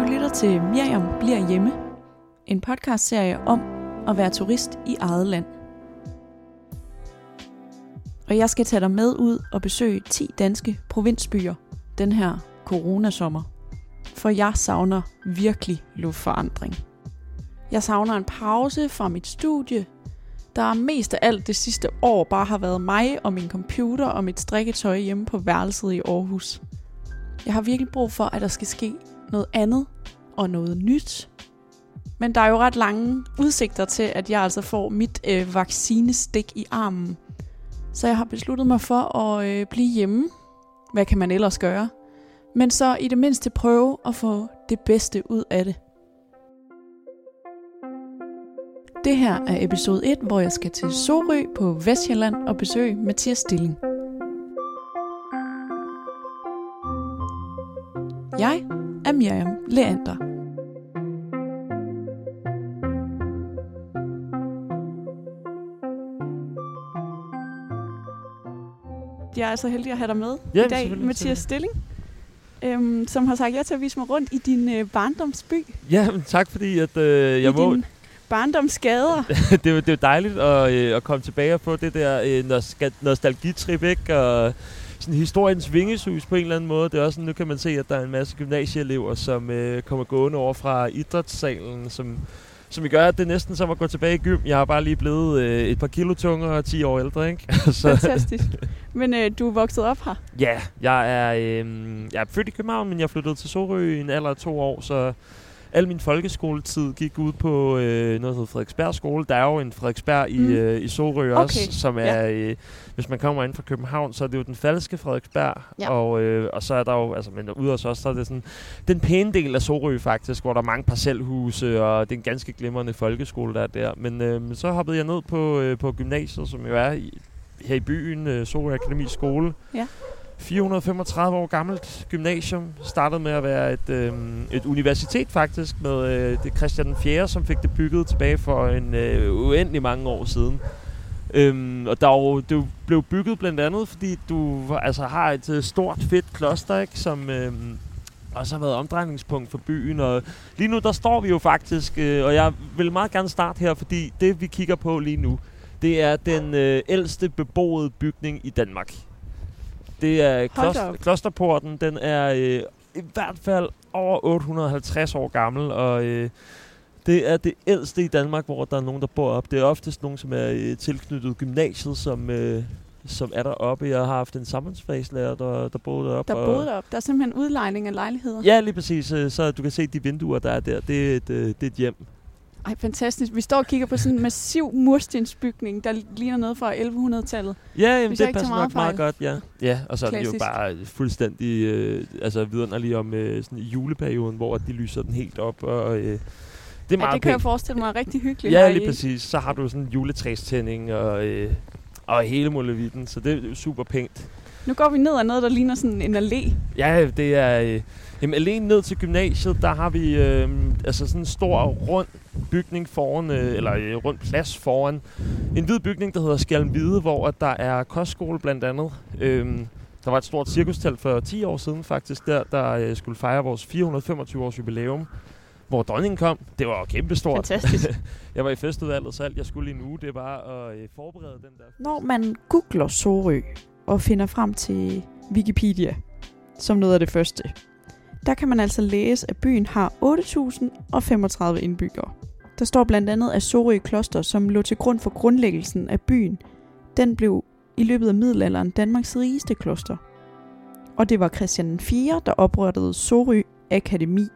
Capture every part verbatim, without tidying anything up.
lytter til Miriam bliver hjemme, en podcastserie om at være turist i eget land. Og jeg skal tage dig med ud og besøge ti danske provinsbyer den her coronasommer. For jeg savner virkelig luftforandring. Jeg savner en pause fra mit studie, der mest af alt det sidste år bare har været mig og min computer og mit strikketøj hjemme på værelset i Aarhus. Jeg har virkelig brug for, at der skal ske noget andet og noget nyt. Men der er jo ret lange udsigter til, at jeg altså får mit øh, vaccinestik i armen. Så jeg har besluttet mig for at øh, blive hjemme. Hvad kan man ellers gøre? Men så i det mindste prøve at få det bedste ud af det. Det her er episode et, hvor jeg skal til Sorø på Vestsjælland og besøge Mathias Stilling. Jeg er Miriam Leander. Jeg er så heldig at have dig med ja, i dag, Mathias Stilling, øhm, som har sagt ja til at vise mig rundt i din øh, barndomsby. Ja, men tak fordi at øh, jeg I må. Din barndomsskader. det, er jo, det er jo dejligt at, øh, at komme tilbage og få det der øh, nostal- nostalgitrip, ikke? Og sådan historiens vingesus på en eller anden måde. Det er også sådan, nu kan man se, at der er en masse gymnasieelever, som øh, kommer gående over fra idrætssalen, som, som vi gør, at det er næsten som at gå tilbage i gym. Jeg har bare lige blevet øh, et par kilo tungere og ti år ældre, ikke? Så. Fantastisk. Men øh, du er vokset op her? Ja, jeg er, øh, jeg er født i København, men jeg flyttede til Sorø i en alder af to år, så al min folkeskoletid gik ud på øh, noget, der hedder Frederiksberg skole. Der er jo en Frederiksberg i, mm. øh, i Sorø okay. også, som er, ja. øh, hvis man kommer ind fra København, så er det jo den falske Frederiksberg. Ja. Og, øh, og så er der jo, altså, men ude hos os, så er det sådan den pæne del af Sorø faktisk, hvor der er mange parcelhuse, og det er en ganske glimrende folkeskole, der er der. Men øh, så hoppede jeg ned på, øh, på gymnasiet, som jo er i, her i byen, øh, Sorø Akademi Skole. Ja. fire hundrede og femogtredive år gammelt gymnasium. Startede med at være et, øh, et universitet faktisk, med øh, det Christian den fjerde, som fik det bygget tilbage for en øh, uendelig mange år siden. Øhm, og der jo, det blev bygget blandt andet, fordi du altså, har et øh, stort, fedt kloster, ikke, som øh, også har været omdrejningspunkt for byen. Og lige nu, der står vi jo faktisk, øh, og jeg vil meget gerne starte her, fordi det, vi kigger på lige nu, det er den øh, ældste beboede bygning i Danmark. Det er kloster, klosterporten. Den er øh, i hvert fald over otte hundrede og halvtreds år gammel, og øh, det er det ældste i Danmark, hvor der er nogen, der bor op. Det er oftest nogen, som er øh, tilknyttet gymnasiet, som, øh, som er deroppe. Jeg har haft en samfundsfagslærer, der, der boede deroppe. Der boede deroppe? Der er simpelthen udlejning af lejligheder? Ja, lige præcis. Så du kan se de vinduer, der er der. Det er et, øh, det er et hjem. Ej, fantastisk. Vi står og kigger på sådan en massiv murstensbygning, der ligner noget fra elleve hundrede-tallet. Ja, jamen, det passer nok meget godt, ja. Ja, og så Klassisk. Er det jo bare fuldstændig øh, altså vidunderligt om øh, sådan juleperioden, hvor de lyser den helt op. Og, øh, det er ja, meget det kan jeg forestille mig rigtig hyggeligt. Ja, lige præcis. Så har du sådan en juletræstænding og, øh, og hele muligheden, så det er jo super pænt. Nu går vi ned ad noget, der ligner sådan en allé. Ja, det er... Øh, Jamen, alene ned til gymnasiet, der har vi øh, altså sådan en stor rund bygning foran, øh, eller øh, rund plads foran. En hvid bygning, der hedder Skjalmvide, hvor der er kostskole blandt andet. Øhm, der var et stort cirkustelt for ti år siden faktisk, der, der øh, skulle fejre vores fire hundrede og femogtyve års jubilæum, hvor dronningen kom. Det var kæmpestort. Fantastisk. Jeg var i festudvalget, så alt jeg skulle lige nu, det var at øh, forberede den der. Når man googler Sorø og finder frem til Wikipedia, som noget af det første, der kan man altså læse, at byen har otte tusind og femogtredive indbyggere. Der står blandt andet, at Sorø Kloster, som lå til grund for grundlæggelsen af byen, den blev i løbet af middelalderen Danmarks rigeste kloster. Og det var Christian den fjerde, der oprettede Sorø Akademi.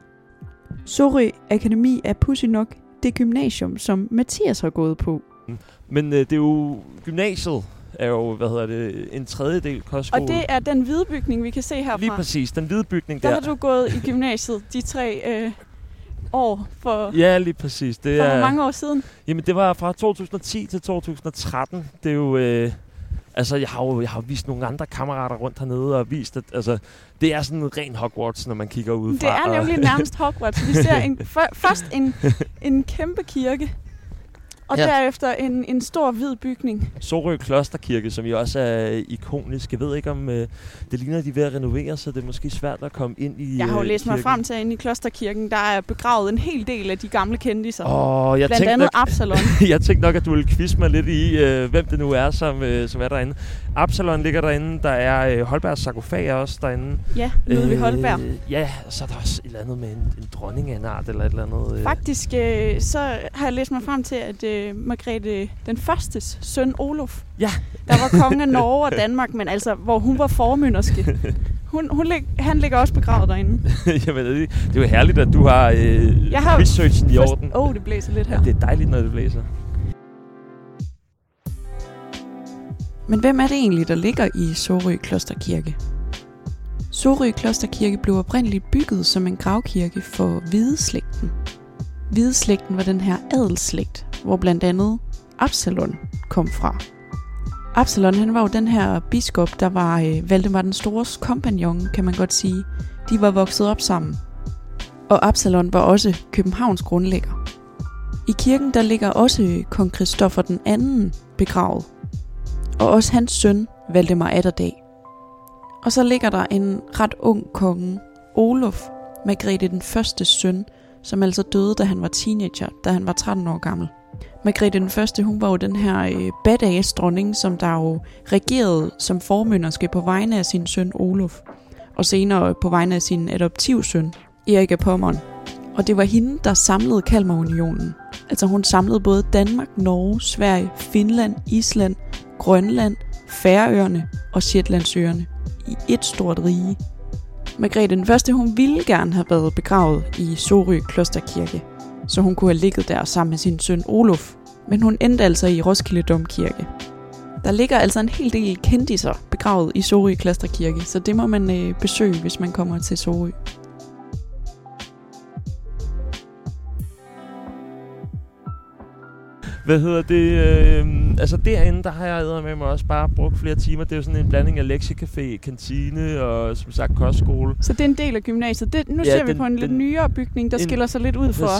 Sorø Akademi er pudsigt nok det gymnasium, som Mathias har gået på. Men øh, det er jo gymnasiet. Er jo, hvad hedder det, en tredjedel kostskole. Og det er den hvide bygning, vi kan se herfra. Lige præcis, den hvide bygning der. Der har du gået i gymnasiet de tre øh, år for... Ja, lige præcis. Det for er, hvor mange år siden? Jamen, det var fra to tusind og ti til to tusind og tretten. Det er jo... Øh, altså, jeg har jo jeg har vist nogle andre kammerater rundt hernede og vist, at altså, det er sådan en ren Hogwarts, når man kigger udefra. Det er nemlig nærmest Hogwarts. Vi ser en, for, først en, en kæmpe kirke. Og ja. derefter en, en stor hvid bygning. Sorø Klosterkirke, som jo også er ikonisk. Jeg ved ikke, om øh, det ligner, de er ved at renovere, så det er måske svært at komme ind i Jeg har jo øh, læst kirken. mig frem til, at inde i Klosterkirken, der er begravet en hel del af de gamle kendiser. Oh, jeg Blandt andet nok, Absalon. Jeg tænkte nok, at du ville quizze mig lidt i, øh, hvem det nu er, som, øh, som er derinde. Absalon ligger derinde. Der er øh, Holbergs sarkofag også derinde. Ja, Ludvig øh, Holberg. Ja, og så er der også et eller andet med en, en dronning af en art, eller et eller andet. Øh. Faktisk øh, så har jeg læst mig frem til, at øh, Margrethe den førstes søn Olof, ja. der var konge af Norge og Danmark, men altså, hvor hun var formynderske. Hun, hun lig, han ligger også begravet derinde. Jamen, det, det er jo herligt, at du har, øh, jeg har researchen i orden. Åh, oh, det blæser lidt her. Ja, det er dejligt, når det blæser. Men hvem er det egentlig, der ligger i Sorø Klosterkirke? Sorø Klosterkirke blev oprindeligt bygget som en gravkirke for Hvideslægten. Hvideslægten var den her adelsslægt, hvor blandt andet Absalon kom fra. Absalon, han var jo den her biskop, der var øh, Valdemar den Stores kompagnon, kan man godt sige. De var vokset op sammen. Og Absalon var også Københavns grundlægger. I kirken der ligger også kong Christoffer den anden begravet. Og også hans søn, Valdemar Atterdag. Og så ligger der en ret ung konge, Olof, Margrethe den første søn, som altså døde, da han var teenager, da han var tretten år gammel. Margrethe den første, hun var jo den her øh, badass dronning, som der jo regerede som formynderske på vegne af sin søn Olof, og senere på vegne af sin adoptivsøn, Erik af Pommern. Og det var hende, der samlede Kalmarunionen. Altså hun samlede både Danmark, Norge, Sverige, Finland, Island, Grønland, Færøerne og Shetlandsøerne i et stort rige. Margrethe den første, hun ville gerne have været begravet i Sorø Klosterkirke, så hun kunne have ligget der sammen med sin søn Olof, men hun endte altså i Roskilde Domkirke. Der ligger altså en hel del kendiser begravet i Sorø Klosterkirke, så det må man øh, besøge, hvis man kommer til Sorø. Hvad hedder det? Øh, altså derinde, der har jeg med mig også bare brugt flere timer. Det er jo sådan en blanding af lektiecafé, kantine og som sagt kostskole. Så det er en del af gymnasiet. Det, nu ja, ser den, vi på en den, lidt nyere bygning, der en, skiller sig lidt ud fra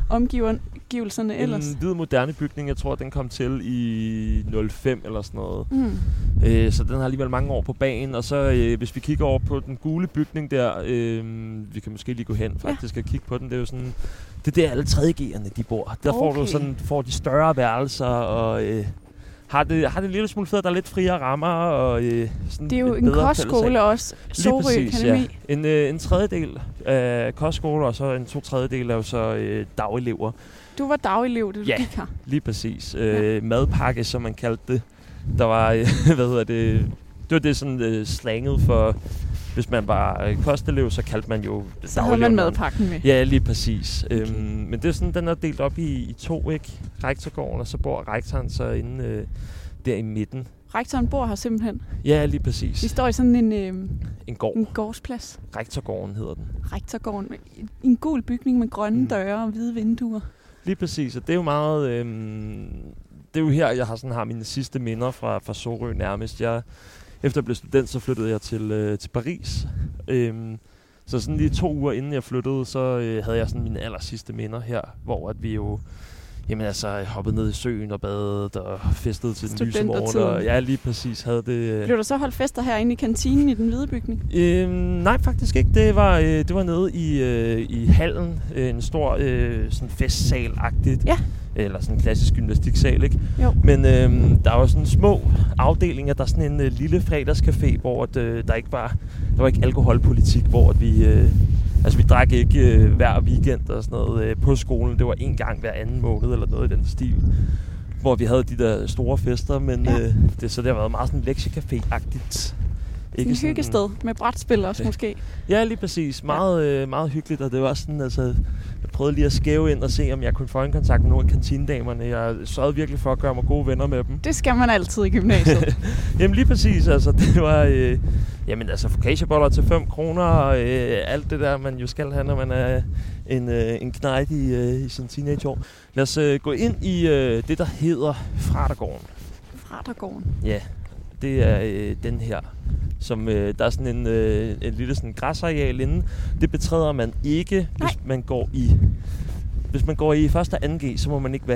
omgivelserne ellers. En hvid moderne bygning, jeg tror, den kom til i nul fem eller sådan noget. Mm. Øh, så den har alligevel mange år på banen. Og så øh, hvis vi kigger over på den gule bygning der, øh, vi kan måske lige gå hen faktisk ja. og kigge på den. Det er jo sådan, det er der alle tredje G'erne, de bor. Der okay. får du sådan, får de større værelser og øh, har det har det en lille smule fedt, der er lidt friere rammer og øh, sådan. Det er jo en kostskole også. Sorø Akademi. Ja. En øh, en tredjedel af kostskole og så en to tredjedel er jo så øh, dagelever. Du var dagelev, da du ja, gik her. Lige præcis. Øh, ja. Madpakke, som man kaldte det. Der var øh, hvad hedder det? Det var det sådan øh, slanget for. Hvis man var øh, kostelev, så kaldte man jo så havde man madpakken med. Ja, lige præcis. Okay. Øhm, men det er sådan, den er delt op i, i to, ikke? Rektorgården, og så bor rektoren så inde øh, der i midten. Rektoren bor her simpelthen? Ja, lige præcis. Vi står i sådan en, øh, en, gård. en gårdsplads. Rektorgården hedder den. Rektorgården. En gul bygning med grønne mm. døre og hvide vinduer. Lige præcis, og det er jo meget... Øh, det er jo her, jeg har, sådan, har mine sidste minder fra, fra Sorø nærmest. Jeg... Efter jeg blev student, så flyttede jeg til, øh, til Paris. Øhm, så sådan lige to uger inden jeg flyttede, så øh, havde jeg sådan mine aller sidste minder her, hvor at vi jo jamen altså hoppede ned i søen og badet og festede til den lyse morgen. Og jeg lige præcis havde det. Øh. Blev der så holdt fester herinde i kantinen i den hvide bygning? Øhm, nej, faktisk ikke. Det var, øh, det var nede i, øh, i hallen. Øh, en stor øh, sådan festsal-agtigt. Ja. Eller sådan en klassisk gymnastiksal, ikke? Jo. Men øh, der var sådan små afdelinger. Der er sådan en øh, lille fredagscafé, hvor at, øh, der ikke var, der var ikke alkoholpolitik, hvor at vi... Øh, altså vi drak ikke øh, hver weekend og sådan noget øh, på skolen. Det var en gang hver anden måned eller noget i den stil. Hvor vi havde de der store fester, men ja. øh, det, så det har været meget sådan lektiecafé-agtigt. Ikke et hyggested med brætspil også måske. Ja, lige præcis. Meget, ja. øh, meget hyggeligt, og det var sådan, altså... Jeg prøvede lige at skæve ind og se, om jeg kunne få en kontakt med nogle af kantinedamerne. Jeg sørgede virkelig for at gøre mig gode venner med dem. Det skal man altid i gymnasiet. Jamen lige præcis, altså det var... Øh, jamen altså focacciaboller til fem kroner og øh, alt det der, man jo skal have, når man er en, øh, en knejt i, øh, i sin teenageår. Lad os øh, gå ind i øh, det, der hedder Fratergården. Fratergården? Ja, det er øh, den her. Som, øh, der er sådan en, øh, en lille sådan græsareal inde. Det betræder man ikke, Nej. hvis man går i... Hvis man går i første og anden G, så må man ikke være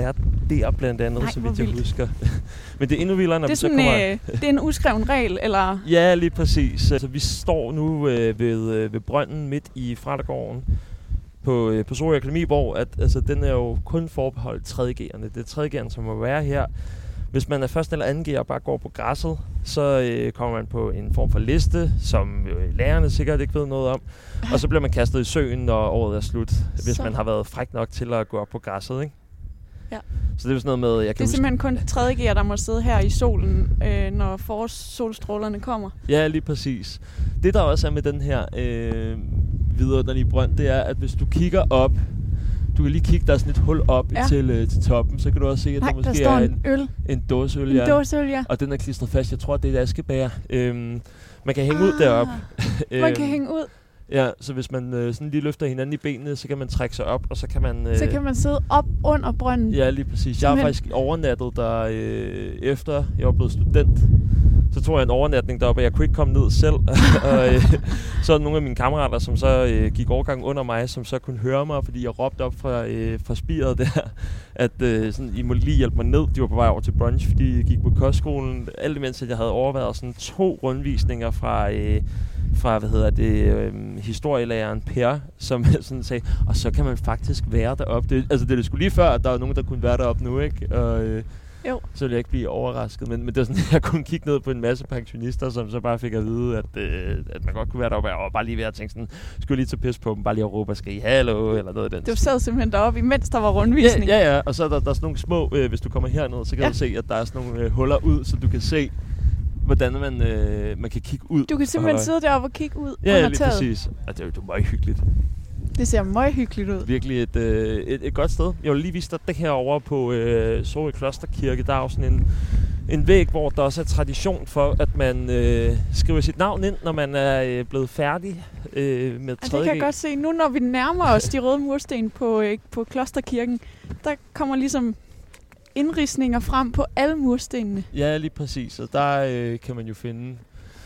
der blandt andet, Nej, så hvor vidt jeg vildt. husker. Men det er endnu vildere, når Det er, vi så sådan, kommer... øh, det er en uskreven regel, eller? Ja, lige præcis. Altså, vi står nu øh, ved, øh, ved brønden midt i Fratergården på, øh, på Sorø Akademi, hvor at, altså, den er jo kun forbeholdt tredje G'erne. Det er tredje G'erne, som må være her. Hvis man er første eller anden G og bare går på græsset, så øh, kommer man på en form for liste, som øh, lærerne sikkert ikke ved noget om. Og så bliver man kastet i søen, når året er slut, hvis Så. man har været fræk nok til at gå op på græsset, ikke? Ja. Så det er jo sådan noget med, jeg kan Det er huske... simpelthen kun tredje G'er, der må sidde her i solen, øh, når forårssolstrålerne kommer. Ja, lige præcis. Det der også er med den her øh, vidunderlige brønd, det er, at hvis du kigger op, du kan lige kigge, der er sådan et hul op Ja. til, øh, til toppen, så kan du også se, at Nej, der måske der står er en en, øl. en dåseøl. En Ja. dåseøl, ja. Og den er klistret fast. Jeg tror, det er et askebær. Øhm, man kan hænge Ah, ud deroppe. Man kan hænge ud. Ja, så hvis man øh, sådan lige løfter hinanden i benene, så kan man trække sig op, og så kan man... Øh, Så kan man sidde op under brønden. Ja, lige præcis. Jeg har Simpelthen. faktisk overnattet der øh, efter jeg var blevet student. Så tog jeg en overnatning deroppe, og jeg kunne ikke komme ned selv. og øh, så er der nogle af mine kammerater, som så øh, gik overgang under mig, som så kunne høre mig, fordi jeg råbte op fra, øh, fra spiret der, at øh, sådan, I må lige hjælpe mig ned. De var på vej over til brunch, fordi jeg gik på kostskolen. Alt imens, at jeg havde overvejet sådan to rundvisninger fra... Øh, fra, hvad hedder det, øh, historielæreren Per, som sådan sagde, og så kan man faktisk være deroppe. Det, altså, det er sgu lige før, at der er nogen, der kunne være deroppe nu, ikke? Og, øh, Jo. så ville jeg ikke blive overrasket. Men, men det er sådan, jeg kunne kigge ned på en masse pensionister, som så bare fik at vide, at, øh, at man godt kunne være deroppe. Og bare lige ved at tænke sådan, skulle lige tage pis på dem, bare lige at råbe og skrige, hallo, eller noget af den. Du sad simpelthen deroppe, imens der var rundvisning. Ja, ja, ja. Og så er der, der er sådan nogle små, øh, hvis du kommer herned, så kan Ja. du se, at der er sådan nogle øh, huller ud, så du kan se, hvordan man, øh, man kan kigge ud. Du kan simpelthen sidde deroppe og kigge ud Ja, under lige taget. præcis. Og det er jo det er meget hyggeligt. Det ser meget hyggeligt ud. Virkelig et, øh, et, et godt sted. Jeg vil lige vise dig det her over på øh, Sorø Klosterkirke. Der er jo sådan en, en væg, hvor der også er tradition for, at man øh, skriver sit navn ind, når man er øh, blevet færdig øh, med Ja, det tredje kan jeg godt se. Nu når vi nærmer os de røde mursten på, øh, på Klosterkirken, der kommer ligesom indridsninger frem på alle murstenene. Ja, lige præcis. Og der øh, kan man jo finde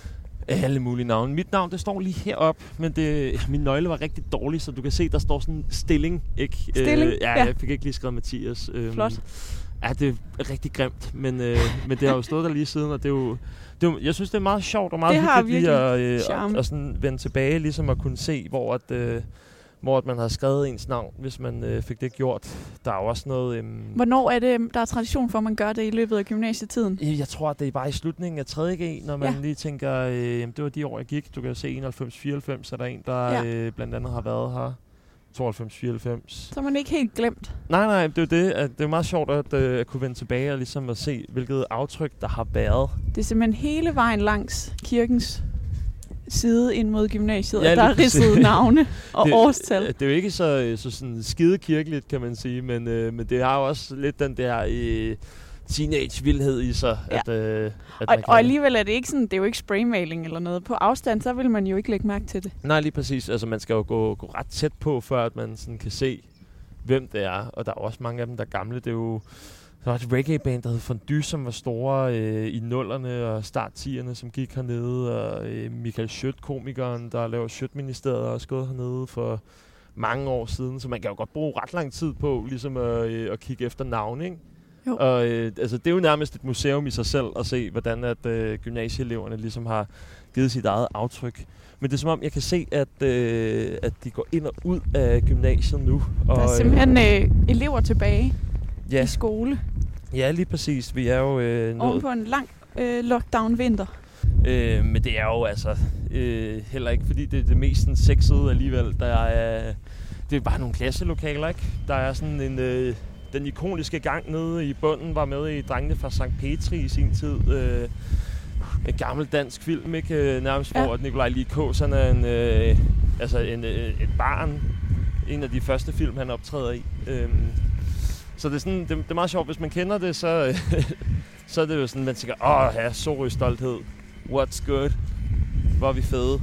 alle mulige navne. Mit navn, det står lige heroppe, men det, min nøgle var rigtig dårlig, så du kan se, der står sådan stilling. Ikke? Stilling? Øh, ja, Ja. jeg fik ikke lige skrevet Mathias. Øhm, Flot. Ja, det er rigtig grimt, men, øh, men det har jo stået der lige siden, og det er jo... Det er, jo- jeg synes, det er meget sjovt og meget Det har hyggeligt lige at, virkelig øh, charme. at, at sådan vende tilbage, ligesom at kunne se, hvor, at, øh, hvor at man har skrevet ens navn, hvis man øh, fik det gjort. Der er jo også noget... Øhm, Hvornår er det, der er tradition for, at man gør det i løbet af gymnasietiden? Jeg tror, det er bare i slutningen af tredje G, når man Ja. lige tænker, øh, jamen, det var de år, jeg gik. Du kan se enoghalvfems fireoghalvfems, er der en, der Ja. øh, blandt andet har været her. tooghalvfems fireoghalvfems. Så er man ikke helt glemt. Nej, nej, det er jo det. At det er meget sjovt at, øh, at kunne vende tilbage og ligesom at se, hvilket aftryk der har været. Det er simpelthen hele vejen langs kirkens side ind mod gymnasiet, Ja, ja, der lige er ridset præcis. navne og det, årstal. Det er jo ikke så, så sådan skide kirkeligt, kan man sige, men, øh, men det har jo også lidt den der øh, teenage-vildhed i sig. Ja. At, øh, at Og, man kan- og alligevel er det ikke sådan, det er jo ikke spraymaling eller noget. På afstand, så vil man jo ikke lægge mærke til det. Nej, lige præcis. Altså, man skal jo gå, gå ret tæt på, før at man sådan kan se, hvem det er. Og der er også mange af dem, der er gamle. Det er jo... Der var et reggae-band, der hed Fondue, som var store øh, i nullerne og start-tierne, som gik hernede. Og øh, Michael Schødt, komikeren, der laver Schødt-ministeriet, har også gået hernede for mange år siden. Så man kan jo godt bruge ret lang tid på ligesom at, øh, at kigge efter navn, ikke? Jo. Og øh, altså, det er jo nærmest et museum i sig selv at se, hvordan at øh, gymnasieeleverne ligesom har givet sit eget aftryk. Men det er som om, jeg kan se, at, øh, at de går ind og ud af gymnasiet nu. Og, Der er simpelthen øh, elever tilbage ja, i skole, ja, lige præcis. Vi er jo øh, oven nået. på en lang øh, lockdown-vinter. Øh, men det er jo altså øh, heller ikke, fordi det er det mest sådan, sexede alligevel. Der er, det er bare nogle klasselokaler, ikke? Der er sådan en... Øh, den ikoniske gang nede i bunden var med i Drengene fra Sankt Petri i sin tid. Øh, en gammel dansk film, ikke? Nærmest Ja. hvor at Nikolaj Lie Kaasen er en, øh, altså en, øh, et barn. En af de første film, han optræder i. Øh, så det er, sådan, det, det er meget sjovt. Hvis man kender det, så, øh, så er det jo sådan, man tænker, åh ja, Sorø stolthed. What's good? Hvor er vi fede.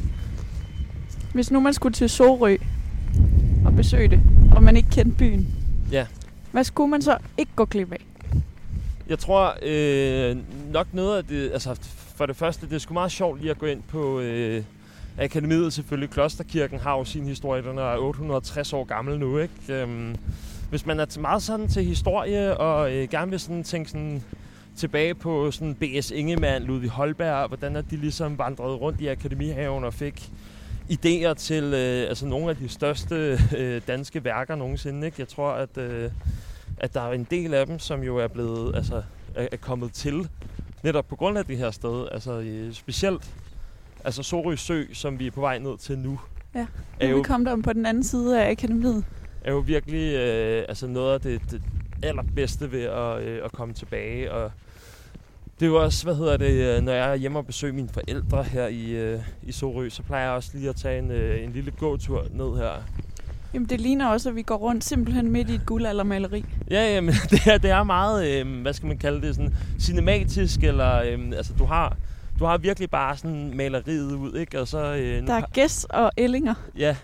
Hvis nu man skulle til Sorø og besøge det, og man ikke kendte byen, Ja. hvad skulle man så ikke gå glip af? Jeg tror øh, nok noget af det, altså for det første, det er sgu meget sjovt lige at gå ind på øh, akademiet selvfølgelig. Klosterkirken har jo sin historie, den er otte hundrede og tres år gammel nu, ikke? Øhm, hvis man er meget sådan til historie, og øh, gerne vil sådan tænke sådan tilbage på sådan B S. Ingemann, Ludvig Holberg, hvordan er de ligesom vandrede rundt i Akademihaven og fik idéer til øh, altså nogle af de største øh, danske værker nogensinde. Ikke? Jeg tror, at, øh, at der er en del af dem, som jo er blevet altså, er, er kommet til netop på grund af det her sted. Altså øh, specielt altså Sorø Sø, som vi er på vej ned til nu. Ja, nu er jo, vi kommet om på den anden side af akademiet. Er jo virkelig øh, altså noget af det, det allerbedste ved at, øh, at komme tilbage. Og det er jo også, hvad hedder det, når jeg er hjemme og besøger mine forældre her i, øh, i Sorø, så plejer jeg også lige at tage en, øh, en lille gåtur ned her. Jamen det ligner også, at vi går rundt simpelthen midt i et guldaldermaleri. Ja, jamen, det er, det er meget, øh, hvad skal man kalde det, sådan cinematisk, eller øh, altså du har, du har virkelig bare sådan maleriet ud, ikke? Og så, øh, der er gæs og ællinger. Ja.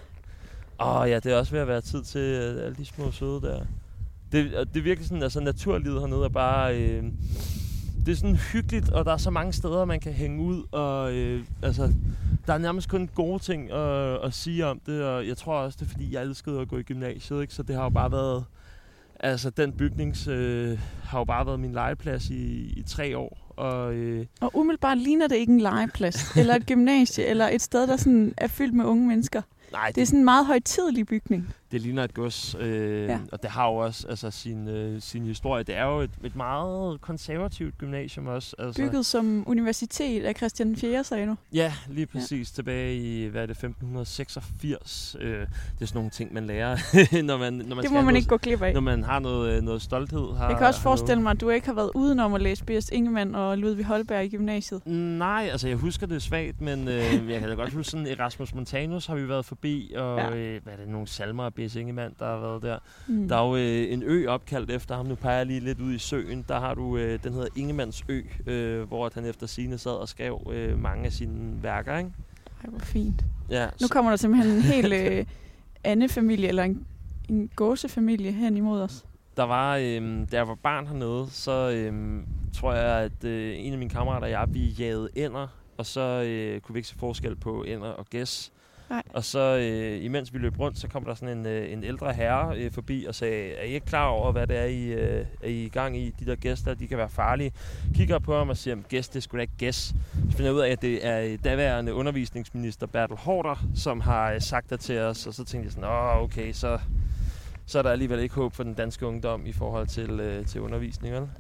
Åh ja, det er også ved at være tid til øh, alle de små søde der. Det, det er virkelig sådan, altså naturlivet hernede er bare... Øh, det er sådan hyggeligt, og der er så mange steder, man kan hænge ud, og øh, altså, der er nærmest kun gode ting at, at sige om det, og jeg tror også, det er fordi, jeg elskede at gå i gymnasiet, ikke? Så det har jo bare været, altså den bygnings øh, har jo bare været min legeplads i, i tre år. Og, øh, og umiddelbart ligner det ikke en legeplads, eller et gymnasie, eller et sted, der sådan er fyldt med unge mennesker. Nej, det, det er sådan en meget højtidelig bygning. Det ligner et gods, øh, ja. Og det har jo også altså, sin, øh, sin historie. Det er jo et, et meget konservativt gymnasium også. Altså. Bygget som universitet af Christian den fjerde, sagde du? Ja, lige præcis. Ja. Tilbage i, hvad er det, femten seksogfirs. Øh, det er sådan nogle ting, man lærer, når man, når man det må man noget, ikke gå glip af. Når man har noget, noget stolthed. Har, Jeg kan også forestille mig, at du ikke har været udenom at læse B S. Ingemann og Ludvig Holberg i gymnasiet. Nej, altså jeg husker det svagt, men øh, jeg kan da godt huske sådan Erasmus Montanus har vi været forbi, og ja. øh, hvad er det, nogle salmer af B S. Ingemann, der har været der. Mm. Der er jo øh, en ø opkaldt efter ham. Nu peger jeg lige lidt ud i søen. Der har du, øh, den hedder Ingemanns Ø, øh, hvor han efter sigende sad og skrev øh, mange af sine værker, ikke? Ej, hvor fint. Ja. Nu kommer der simpelthen en hel øh, anden familie, eller en, en gåsefamilie hen imod os. Der var, øh, da jeg var barn hernede, så øh, tror jeg, at øh, en af mine kammerater og jeg, vi jagede ænder, og så øh, kunne vi ikke se forskel på ænder og gæs. Nej. Og så øh, imens vi løb rundt, så kom der sådan en, øh, en ældre herre øh, forbi og sagde, er I ikke klar over, hvad det er, I, øh, er I i gang i? De der gæster, de kan være farlige. Kigger på ham og siger, gæst, det skulle da ikke gæs. Så finder jeg ud af, at det er daværende undervisningsminister Bertel Haarder, som har øh, sagt det til os. Og så tænkte jeg sådan, åh okay, så, så er der alligevel ikke håb for den danske ungdom i forhold til, øh, til undervisning, vel?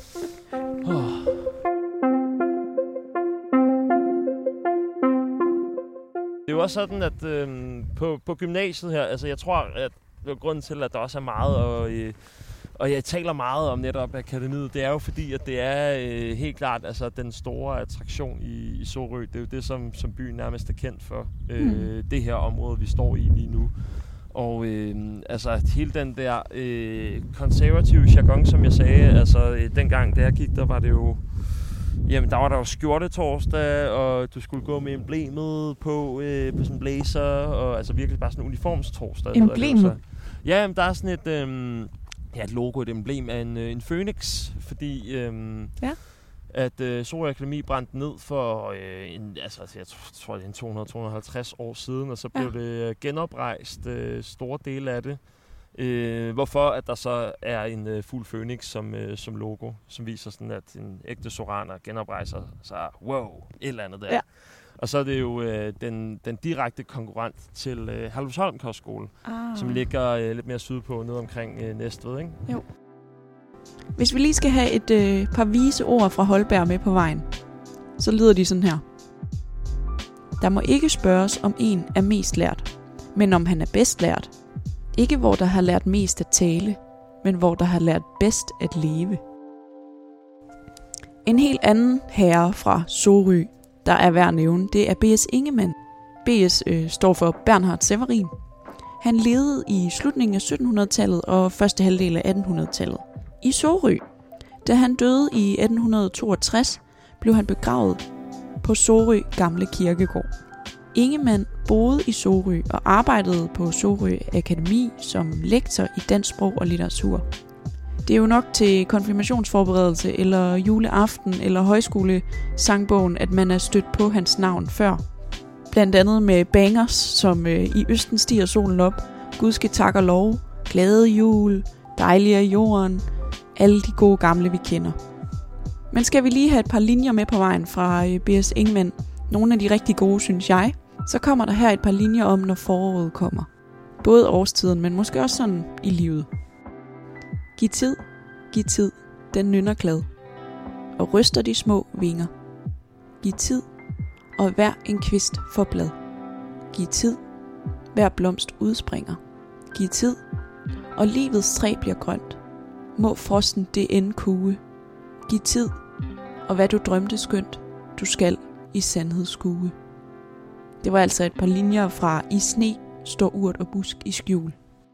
oh. Det er jo også sådan, at øh, på, på gymnasiet her, altså jeg tror, at det er grunden til, at der også er meget, og, øh, og jeg taler meget om netop akademiet, det er jo fordi, at det er øh, helt klart altså, den store attraktion i, i Sorø. Det er jo det, som, som byen nærmest er kendt for, øh, mm. det her område, vi står i lige nu. Og øh, altså hele den der øh, konservative jargon, som jeg sagde, altså øh, dengang, da jeg gik, der var det jo Jamen, der var der jo skjortetorsdag, og du skulle gå med emblemet på, øh, på sådan en blazer, og altså virkelig bare sådan en uniformstorsdag. Emblemet? Ja, jamen, der er sådan et, øh, ja, et logo, et emblem af en, øh, en Phoenix, fordi øh, ja. at øh, Sorø Akademi brændte ned for, øh, en, altså jeg tror, det er en to hundrede til to hundrede og halvtreds år siden, og så blev ja. det genoprejst øh, store dele af det. Øh, hvorfor at der så er en øh, fugl Phoenix som, øh, som logo, som viser sådan, at en ægte soraner genoprejser sig, wow, et eller andet der. Ja. Og så er det jo øh, den, den direkte konkurrent til øh, Herlufsholm Kostskole, ah. som ligger øh, lidt mere sydpå, nede omkring øh, Næstved, ikke? Jo. Hvis vi lige skal have et øh, par vise ord fra Holberg med på vejen, så lyder de sådan her. Der må ikke spørges, om en er mest lært, men om han er bedst lært. Ikke hvor der har lært mest at tale, men hvor der har lært bedst at leve. En helt anden herre fra Sorø, der er værd at nævne, det er B S. Ingemann. B S øh, står for Bernhard Severin. Han levede i slutningen af syttenhundredetallet og første halvdel af attenhundredetallet i Sorø. Da han døde i atten toogtres, blev han begravet på Sorø Gamle Kirkegård. Ingemann boede i Sorø og arbejdede på Sorø Akademi som lektor i dansk sprog og litteratur. Det er jo nok til konfirmationsforberedelse eller juleaften eller højskolesangbogen, at man er stødt på hans navn før. Blandt andet med bangers som øh, I Østen stiger solen op, Gud skal tak og lov, Glade jul, Dejlig er jorden. Alle de gode gamle, vi kender. Men skal vi lige have et par linjer med på vejen fra B S. Ingemann, nogle af de rigtig gode, synes jeg, så kommer der her et par linjer om, når foråret kommer. Både årstiden, men måske også sådan i livet. Giv tid, giv tid, den nynner glad, og ryster de små vinger. Giv tid, og hver en kvist får blad. Giv tid, hver blomst udspringer. Giv tid, og livets træ bliver grønt. Må frosten det end kue. Giv tid, og hvad du drømte skønt, du skal i sandhed skue. Det var altså et par linjer fra I sne, står urt og busk i skjul.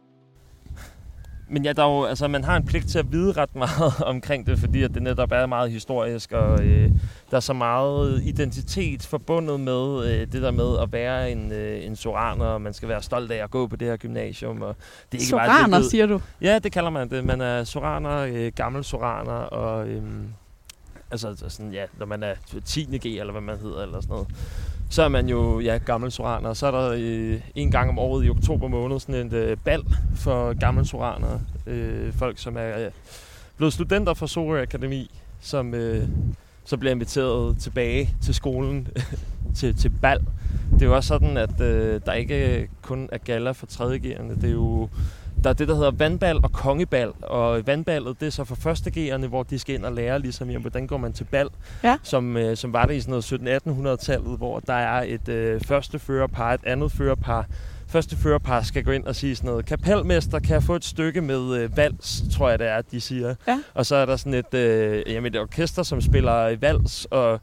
Men ja, der er jo, altså, man har en pligt til at vide ret meget omkring det, fordi at det netop er meget historisk, og øh, der er så meget identitet forbundet med øh, det der med at være en, øh, en soraner, og man skal være stolt af at gå på det her gymnasium. Og det er ikke soraner, bare, det, siger du? Ja, det kalder man det. Man er soraner, øh, gammel soraner, og øh, altså sådan, ja, når man er tiende G, eller hvad man hedder, eller sådan noget. Så er man jo ja, gammel soraner. Så er der øh, en gang om året i oktober måned sådan et øh, bal for gamle soraner. Øh, folk, som er øh, blevet studenter fra Sorø Akademi, som øh, så bliver inviteret tilbage til skolen til, til bal. Det er jo også sådan, at øh, der ikke kun er galla for tredje G'erne. Det er jo der er det, der hedder vandbal og kongebal. Og vandballet, det er så for første G'erne, hvor de skal ind og lære, ligesom, jamen, hvordan går man til bal, ja. som, øh, som var det i sådan noget sytten atten hundrede-tallet, hvor der er et øh, første førerpar, et andet førerpar. Første førerpar skal gå ind og sige sådan noget, kapelmester, kan jeg få et stykke med øh, vals, tror jeg det er, de siger. Ja. Og så er der sådan et, øh, jamen, et orkester, som spiller vals og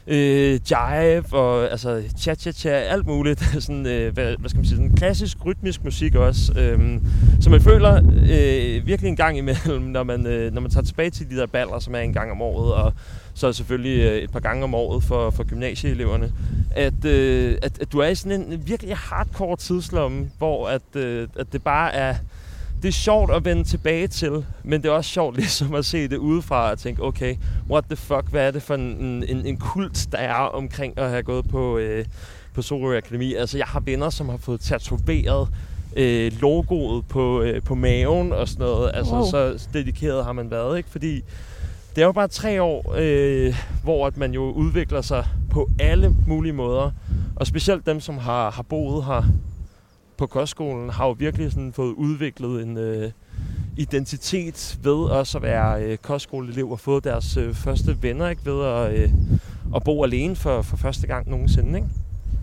øh, jive og altså cha-cha-cha, alt muligt. sådan, øh, hvad, hvad skal man sige, sådan klassisk rytmisk musik også, øh, som man føler øh, virkelig en gang imellem, når man, øh, når man tager tilbage til de der baller, som er en gang om året, og så selvfølgelig øh, et par gange om året for, for gymnasieeleverne, at, øh, at, at du er i sådan en virkelig hardcore tidslomme, hvor at, øh, at det bare er, det er sjovt at vende tilbage til, men det er også sjovt ligesom at se det udefra og tænke, okay, what the fuck, hvad er det for en, en, en kult, der er omkring at have gået på, øh, på Sorø Akademi. Altså, jeg har venner, som har fået tatoveret øh, logoet på, øh, på maven og sådan noget. Altså, wow. Så dedikeret har man været, ikke? Fordi det er jo bare tre år, øh, hvor at man jo udvikler sig på alle mulige måder. Og specielt dem, som har, har boet her på kostskolen, har jo virkelig sådan fået udviklet en øh, identitet ved også at være øh, kostskoleelev og fået deres øh, første venner, ikke, ved at, øh, at bo alene for, for første gang nogensinde, ikke?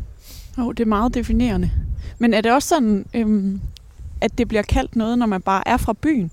Jo, det er meget definerende. Men er det også sådan, øhm, at det bliver kaldt noget, når man bare er fra byen?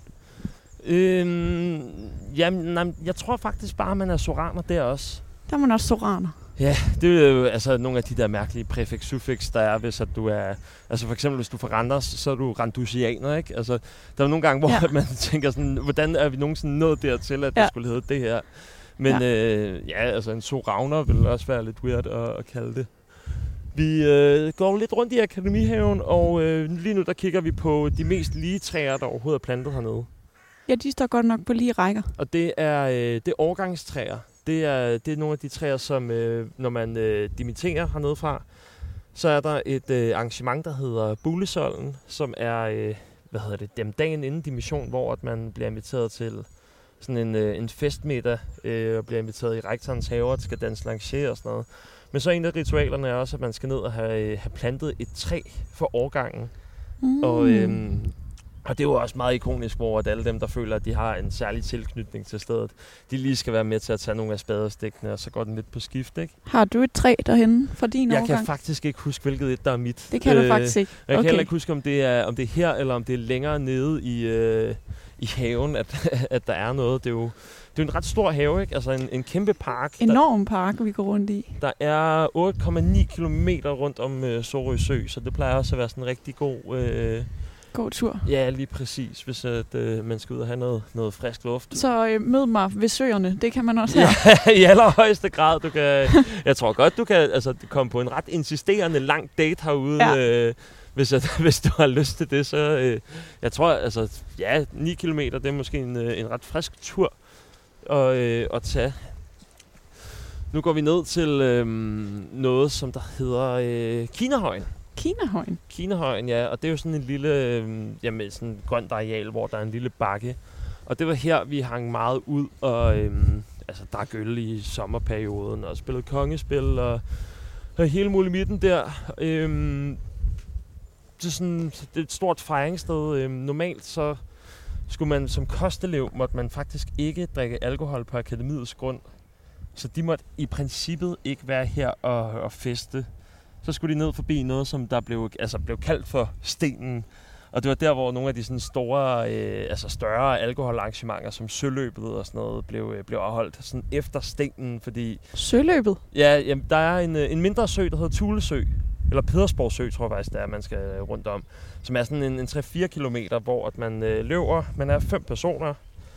Øhm, jamen, nej, jeg tror faktisk bare, at man er soraner der også. Der er man også soraner. Ja, det er jo altså nogle af de der mærkelige præfix-suffix, der er, hvis at du er... Altså for eksempel, hvis du er fra Randers, så er du randusianer, ikke? Altså, der er nogle gange, hvor ja. man tænker sådan, hvordan er vi nogensinde nået dertil, at ja. det skulle hedde det her? Men ja, øh, ja altså en soravner vil også være lidt weird at, at kalde det. Vi øh, går lidt rundt i Akademihaven, og øh, lige nu der kigger vi på de mest lige træer, der overhovedet er plantet hernede. Ja, de står godt nok på lige rækker. Og det er, øh, det er årgangstræer. Det er, det er nogle af de træer, som øh, når man øh, dimitterer hernede fra, så er der et øh, arrangement, der hedder Bulesolden, som er øh, hvad hedder det, dem dagen inden dimission, hvor at man bliver inviteret til sådan en, øh, en festmiddag, øh, og bliver inviteret i rektorens have, og skal danse lancier og sådan noget. Men så en af ritualerne er også, at man skal ned og have, have plantet et træ for årgangen. Mm. Og, øhm, og det er jo også meget ikonisk, hvor at alle dem, der føler, at de har en særlig tilknytning til stedet, de lige skal være med til at tage nogle af spadestikkene, og så går den lidt på skift, ikke? Har du et træ derhenne for din jeg årgang? Jeg kan faktisk ikke huske, hvilket et, der er mit. Det kan øh, du faktisk ikke. Jeg okay. kan heller ikke huske, om det, er, om det er her, eller om det er længere nede i, øh, i haven, at, at der er noget. Det er jo det er en ret stor have, ikke? Altså en, en kæmpe park. Enorm park, vi går rundt i. Der er otte komma ni kilometer rundt om øh, Sorø Sø, så det plejer også at være sådan en rigtig god... Øh, god tur. Ja, lige præcis, hvis at, øh, man skal ud og have noget, noget frisk luft. Så øh, mød mig ved søerne, det kan man også her. Ja, i allerhøjeste grad. Du kan, jeg tror godt, du kan altså, komme på en ret insisterende lang date herude, ja. øh, hvis, at, hvis du har lyst til det. Så øh, jeg tror, altså, ja, ni kilometer, det er måske en, en ret frisk tur at, øh, at tage. Nu går vi ned til øh, noget, som der hedder øh, Kinahøjen. Kinahøjen? Kinahøjen, ja. Og det er jo sådan en lille, øh, jamen sådan et grønt areal, hvor der er en lille bakke. Og det var her, vi hang meget ud og øh, altså drak øl i sommerperioden og spillede kongespil og, og hele muligheden der. Øh, det, er sådan, det er et stort fejringssted. Øh, normalt så skulle man som kostelev, måtte man faktisk ikke drikke alkohol på akademiets grund. Så de måtte i princippet ikke være her og, og feste. Så skulle de ned forbi noget, som der blev, altså blev kaldt for Stenen. Og det var der, hvor nogle af de sådan store, øh, altså større alkoholarrangementer, som Søløbet og sådan noget, blev, øh, blev afholdt sådan efter Stenen, fordi... Søløbet? Ja, jamen, der er en, en mindre sø, der hedder Tulesø. Eller Pedersborg Sø, tror jeg faktisk, det er, man skal rundt om. Som er sådan en, en tre til fire kilometer, hvor at man øh, løber. Man er fem personer.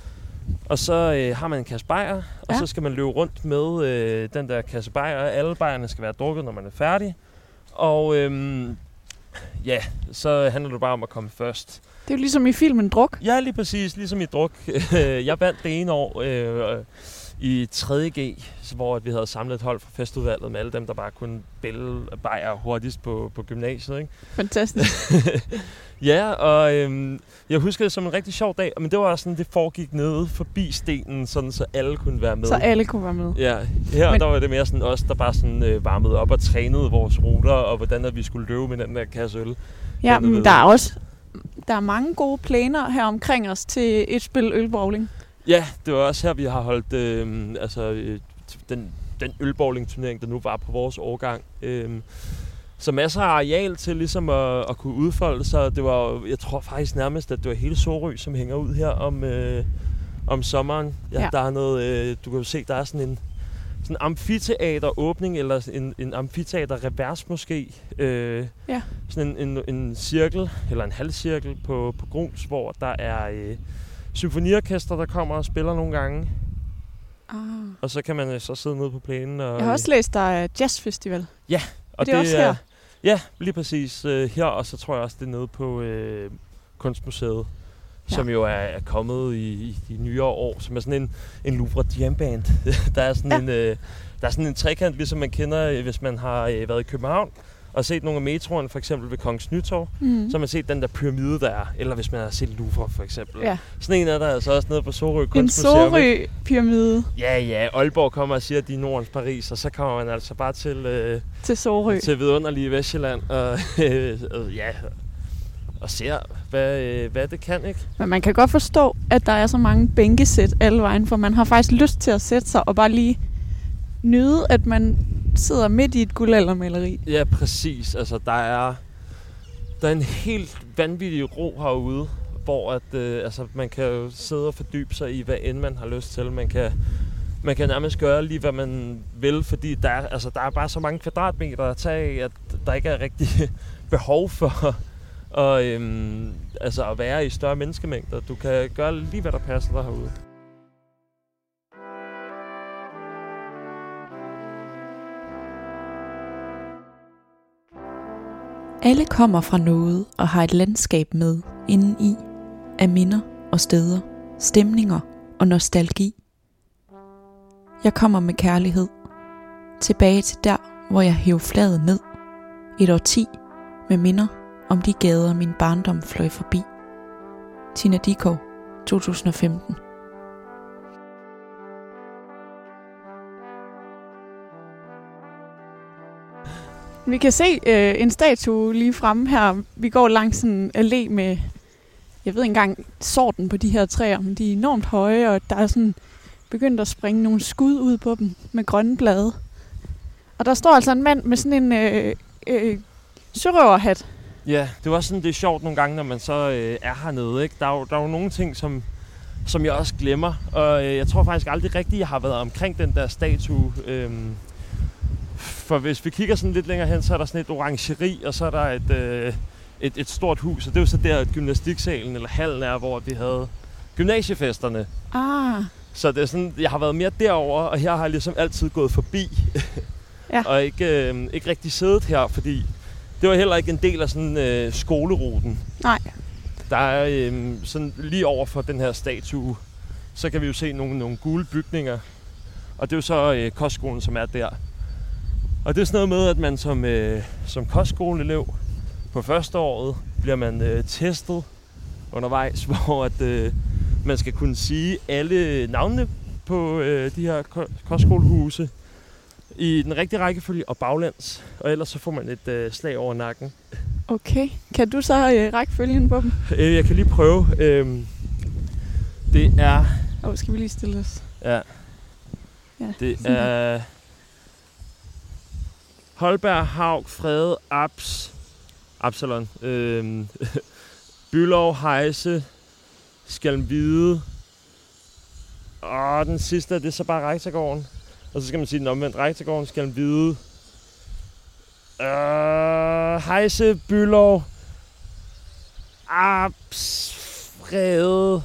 Og så øh, har man en kasse bajer, og ja. så skal man løbe rundt med øh, den der kasse bajer. Alle bajerne skal være drukket, når man er færdig. Og øhm, ja, så handler det bare om at komme først. Det er jo ligesom i filmen Druk. Ja, lige præcis. Ligesom i Druk. Jeg vandt det ene år øh, i tredje G, hvor vi havde samlet et hold fra festudvalget med alle dem, der bare kunne bælge bajer hurtigst på, på gymnasiet. Ikke? Fantastisk. Ja, og øhm, jeg husker det som en rigtig sjov dag, men det var også sådan, det foregik nede forbi Stenen, sådan, så alle kunne være med. Så alle kunne være med. Ja, her men... der var det mere sådan os, der bare sådan, øh, varmede op og trænede vores ruter, og hvordan at vi skulle løbe med den der kasse øl. Ja, men der er også der er mange gode planer her omkring os til et spil ølbowling. Ja, det var også her, vi har holdt øh, altså, øh, den, den ølbowling-turnering, der nu var på vores årgang. Øh, Så masser af areal til ligesom at, at kunne udfolde sig. Det var, jeg tror faktisk nærmest, at det var hele Sorø, som hænger ud her om, øh, om sommeren. Ja, ja. Der er noget, øh, du kan jo se, der er sådan en sådan amfiteateråbning, eller en, en amfiteater-revers måske. Øh, ja. Sådan en, en, en cirkel, eller en halvcirkel på, på Grums, hvor der er øh, symfoniorkester, der kommer og spiller nogle gange. Ah. Og så kan man så sidde nede på plænen. Og, jeg har også læst, der er jazzfestival. Ja. Og er det, det også her? Ja, lige præcis øh, her, og så tror jeg også, det er nede på øh, Kunstmuseet, ja. som jo er, er kommet i, i de nyere år, som er sådan en, en Louvre Jam Band. der, er sådan ja. en, øh, der er sådan en trekant, ligesom man kender, hvis man har øh, været i København, og set nogle af metroerne, for eksempel ved Kongens Nytorv, mm. så har man set den der pyramide, der er, eller hvis man har set Louvre, for eksempel. Ja. Sådan en er der altså også nede på Sorø Kunstmuseum. En Sorø-pyramide. Ja, ja. Aalborg kommer og siger, at de er Nordens Paris, og så kommer man altså bare til... Øh, til Sorø. Til vidunderlige Vestjylland, og øh, ja... og ser, hvad, øh, hvad det kan, ikke? Men man kan godt forstå, at der er så mange bænkesæt alle vejen, for man har faktisk lyst til at sætte sig og bare lige nyde, at man sidder midt i et guldaldermaleri. Ja, præcis. Altså, der er, der er en helt vanvittig ro herude, hvor at, øh, altså, man kan jo sidde og fordybe sig i, hvad end man har lyst til. Man kan, man kan nærmest gøre lige, hvad man vil, fordi der er, altså, der er bare så mange kvadratmeter at tage af, at der ikke er rigtig behov for at, øhm, altså, at være i større menneskemængder. Du kan gøre lige, hvad der passer dig herude. Alle kommer fra noget og har et landskab med inden i af minder og steder, stemninger og nostalgi. Jeg kommer med kærlighed tilbage til der, hvor jeg hæv flaget ned. Et årti med minder om de gader, min barndom fløj forbi. Tina Dickow, to tusind og femten. Vi kan se øh, en statue lige fremme her. Vi går langs en allé med, jeg ved ikke engang, sorten på de her træer, men de er enormt høje, og der er sådan begyndt at springe nogle skud ud på dem med grønne blade. Og der står altså en mand med sådan en øh, øh, sørøverhat. Ja, det var også sådan, det er sjovt nogle gange, når man så øh, er hernede, ikke? Der er jo, der er jo nogle ting, som, som jeg også glemmer, og øh, jeg tror faktisk aldrig rigtigt, jeg har været omkring den der statue. Øh, For hvis vi kigger sådan lidt længere hen, så er der sådan et orangeri, og så er der et, øh, et, et stort hus. Og det er jo så der, at gymnastiksalen eller hallen er, hvor vi havde gymnasiefesterne. Ah. Så det er sådan, jeg har været mere derover, og her har jeg ligesom altid gået forbi. Ja. Og ikke, øh, ikke rigtig siddet her, fordi det var heller ikke en del af sådan øh, skoleruten. Nej. Der er øh, sådan lige over for den her statue, så kan vi jo se nogle, nogle gule bygninger. Og det er jo så øh, kostskolen, som er der. Og det er sådan noget med, at man som, øh, som kostskoleelev, På første året bliver man øh, testet undervejs, hvor at, øh, man skal kunne sige alle navnene på øh, de her ko- kostskolehuse i den rigtige rækkefølge og baglæns. Og ellers så får man et øh, slag over nakken. Okay. Kan du så øh, række følgen på dem? Øh, jeg kan lige prøve. Øh, det er... Åh, oh, skal vi lige stille os? Ja. Ja. Det er... Holberg, Haug, Frede, Abs, Absalon, øh, Bylov, Heise, Skalmvide, og den sidste, det er så bare Rektorgården. Og så skal man sige den omvendt. Rektorgården, Skalmvide, øh, Heise, Bylov, Abs, Frede,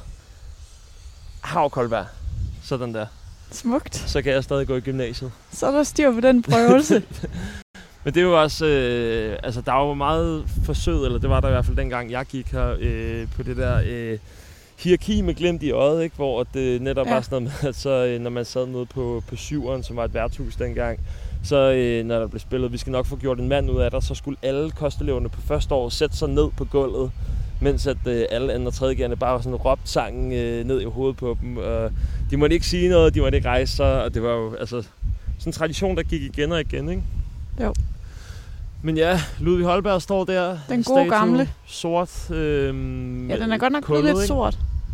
Haug, Holberg. Sådan der. Smukt. Så kan jeg stadig gå i gymnasiet. Så er der styr på den prøvelse. Men det er jo også, øh, altså der er jo meget forsøg, eller det var der i hvert fald dengang jeg gik her, øh, på det der øh, hierarki med glimt i øjet, ikke? Hvor det netop ja. var sådan noget med, at så, øh, når man sad nede på, på syveren, som var et værtshus dengang, så øh, når der blev spillet, vi skal nok få gjort en mand ud af det, så skulle alle kosteleverne på første år sætte sig ned på gulvet, mens at øh, alle andre og tredjegærende bare sådan råbte sangen øh, ned i hovedet på dem. Og de måtte ikke sige noget, de måtte ikke rejse sig, og det var jo altså sådan en tradition, der gik igen og igen, ikke? Jo. Men ja, Ludvig Holberg står der. Den gode statue, gamle. Sort. Øhm, ja, den er godt nok blevet lidt ikke? sort.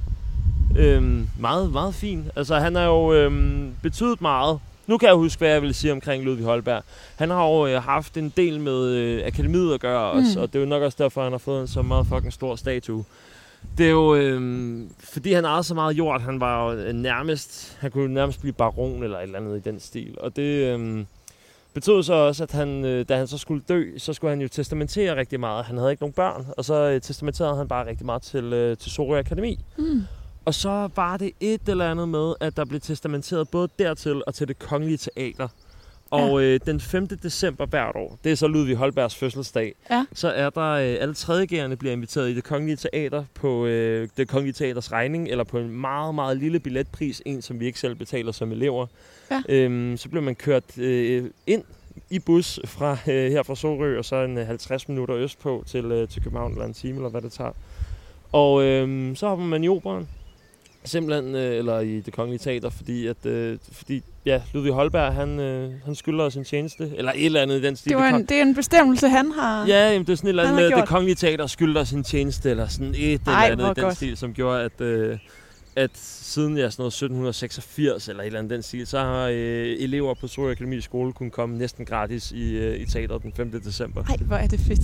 Øhm, meget, meget fin. Altså, han har jo øhm, betydet meget. Nu kan jeg huske, hvad jeg vil sige omkring Ludvig Holberg. Han har jo øh, haft en del med øh, akademiet at gøre også, mm. og det er jo nok også derfor, han har fået en så meget fucking stor statue. Det er jo, øh, fordi han ejede så meget jord, han var jo nærmest, han kunne nærmest blive baron eller et eller andet i den stil. Og det øh, betød så også, at han, øh, da han så skulle dø, så skulle han jo testamentere rigtig meget. Han havde ikke nogen børn, og så øh, testamenterede han bare rigtig meget til, øh, til Sorø Akademi. Mm. Og så var det et eller andet med, at der blev testamenteret både dertil og til Det Kongelige Teater. Og ja. øh, den femte december hvert år, det er så Ludvig Holbergs fødselsdag, ja. så er der øh, alle tredjegærende bliver inviteret i Det Kongelige Teater på øh, Det Kongelige Teaters regning, eller på en meget, meget lille billetpris, en som vi ikke selv betaler som elever. Ja. Øhm, så bliver man kørt øh, ind i bus fra øh, her fra Sorø, og så en øh, halvtreds minutter østpå til, øh, til København, eller en time, eller hvad det tager. Og øh, så hopper man i operaen. Simpelthen, øh, eller i Det Kongelige Teater, fordi at, øh, fordi, ja, Ludvig Holberg, han, øh, han skylder os en tjeneste, eller et eller andet i den stil. Det, en, det er en bestemmelse, han har Ja, jamen, det er sådan et eller andet med, at Det Kongelige Teater skylder os en tjeneste, eller sådan et Ej, eller andet i den godt. stil, som gjorde, at, øh, at siden ja, sådan noget sytten seksogfirs, eller et eller andet den stil, så har øh, elever på Sorø Akademi skole kunne komme næsten gratis i, øh, i teateret den femte december. Ej, hvor er det fedt.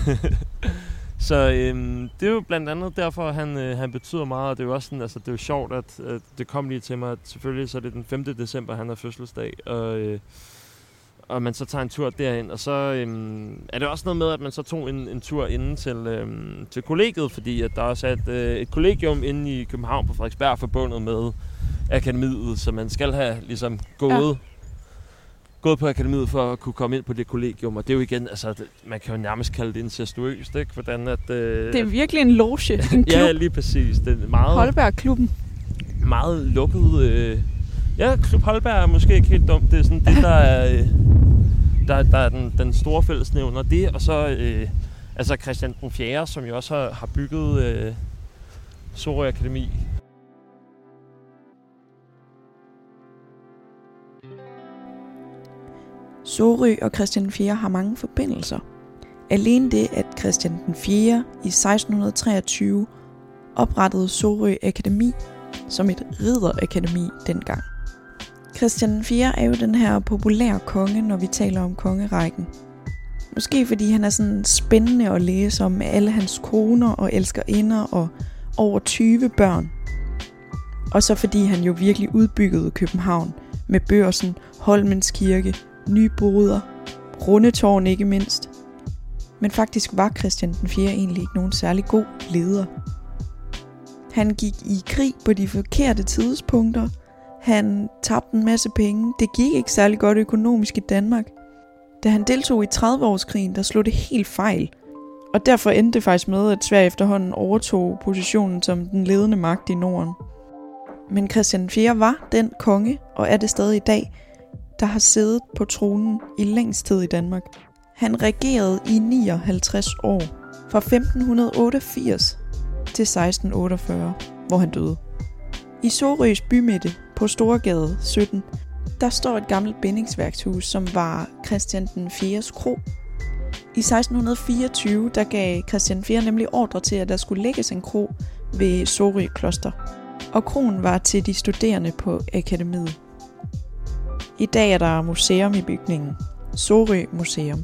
Så øhm, det er jo blandt andet derfor, han, øh, han betyder meget, og det er jo også sådan, altså det er jo sjovt, at, at det kom lige til mig, at selvfølgelig så er det den femte december, han har fødselsdag, og, øh, og man så tager en tur derind, og så øhm, er det også noget med, at man så tog en, en tur inden til, øhm, til kollegiet, fordi at der også er et, øh, et kollegium inde i København på Frederiksberg forbundet med akademiet, så man skal have ligesom gået... Ja. gået på akademiet for at kunne komme ind på det kollegium, og det er jo igen, altså, det, man kan jo nærmest kalde det incestuøst, ikke? Hvordan at... Øh, det er virkelig en loge, en klub. Ja, lige præcis. Det er meget... Holberg-klubben. Meget lukket... Øh, ja, Klub Holberg er måske ikke helt dumt. Det er sådan det, der er, øh, der, der er den, den store fællesnævner. Det, og så øh, altså Christian den fjerde, som jo også har, har bygget øh, Sorø Akademi. Sorø og Christian den fjerde har mange forbindelser. Alene det, at Christian den fjerde i seksten treogtyve oprettede Sorø Akademi som et ridderakademi dengang. Christian den fjerde er jo den her populære konge, når vi taler om kongerækken. Måske fordi han er sådan spændende at læse om med alle hans koner og elskerinder og over tyve børn. Og så fordi han jo virkelig udbyggede København med Børsen, Holmens Kirke, nye boder, Rundetårn ikke mindst. Men faktisk var Christian den fjerde egentlig ikke nogen særlig god leder. Han gik i krig på de forkerte tidspunkter. Han tabte en masse penge. Det gik ikke særlig godt økonomisk i Danmark. Da han deltog i tredive-årskrigen, der slog det helt fejl. Og derfor endte det faktisk med, at Sverige efterhånden overtog positionen som den ledende magt i Norden. Men Christian den fjerde var den konge, og er det stadig i dag, der har siddet på tronen i længst tid i Danmark. Han regerede i nioghalvtreds år. fra femten otteogfirs til seksten otteogfyrre, hvor han døde. I Sorøs bymidte på Storegade sytten, der står et gammelt bindingsværkshus, som var Christian den fjerdes kro. I seksten fireogtyve, der gav Christian den fjerde nemlig ordre til, at der skulle lægges en kro ved Sorø Kloster. Og kroen var til de studerende på akademiet. I dag er der museum i bygningen. Sorø Museum.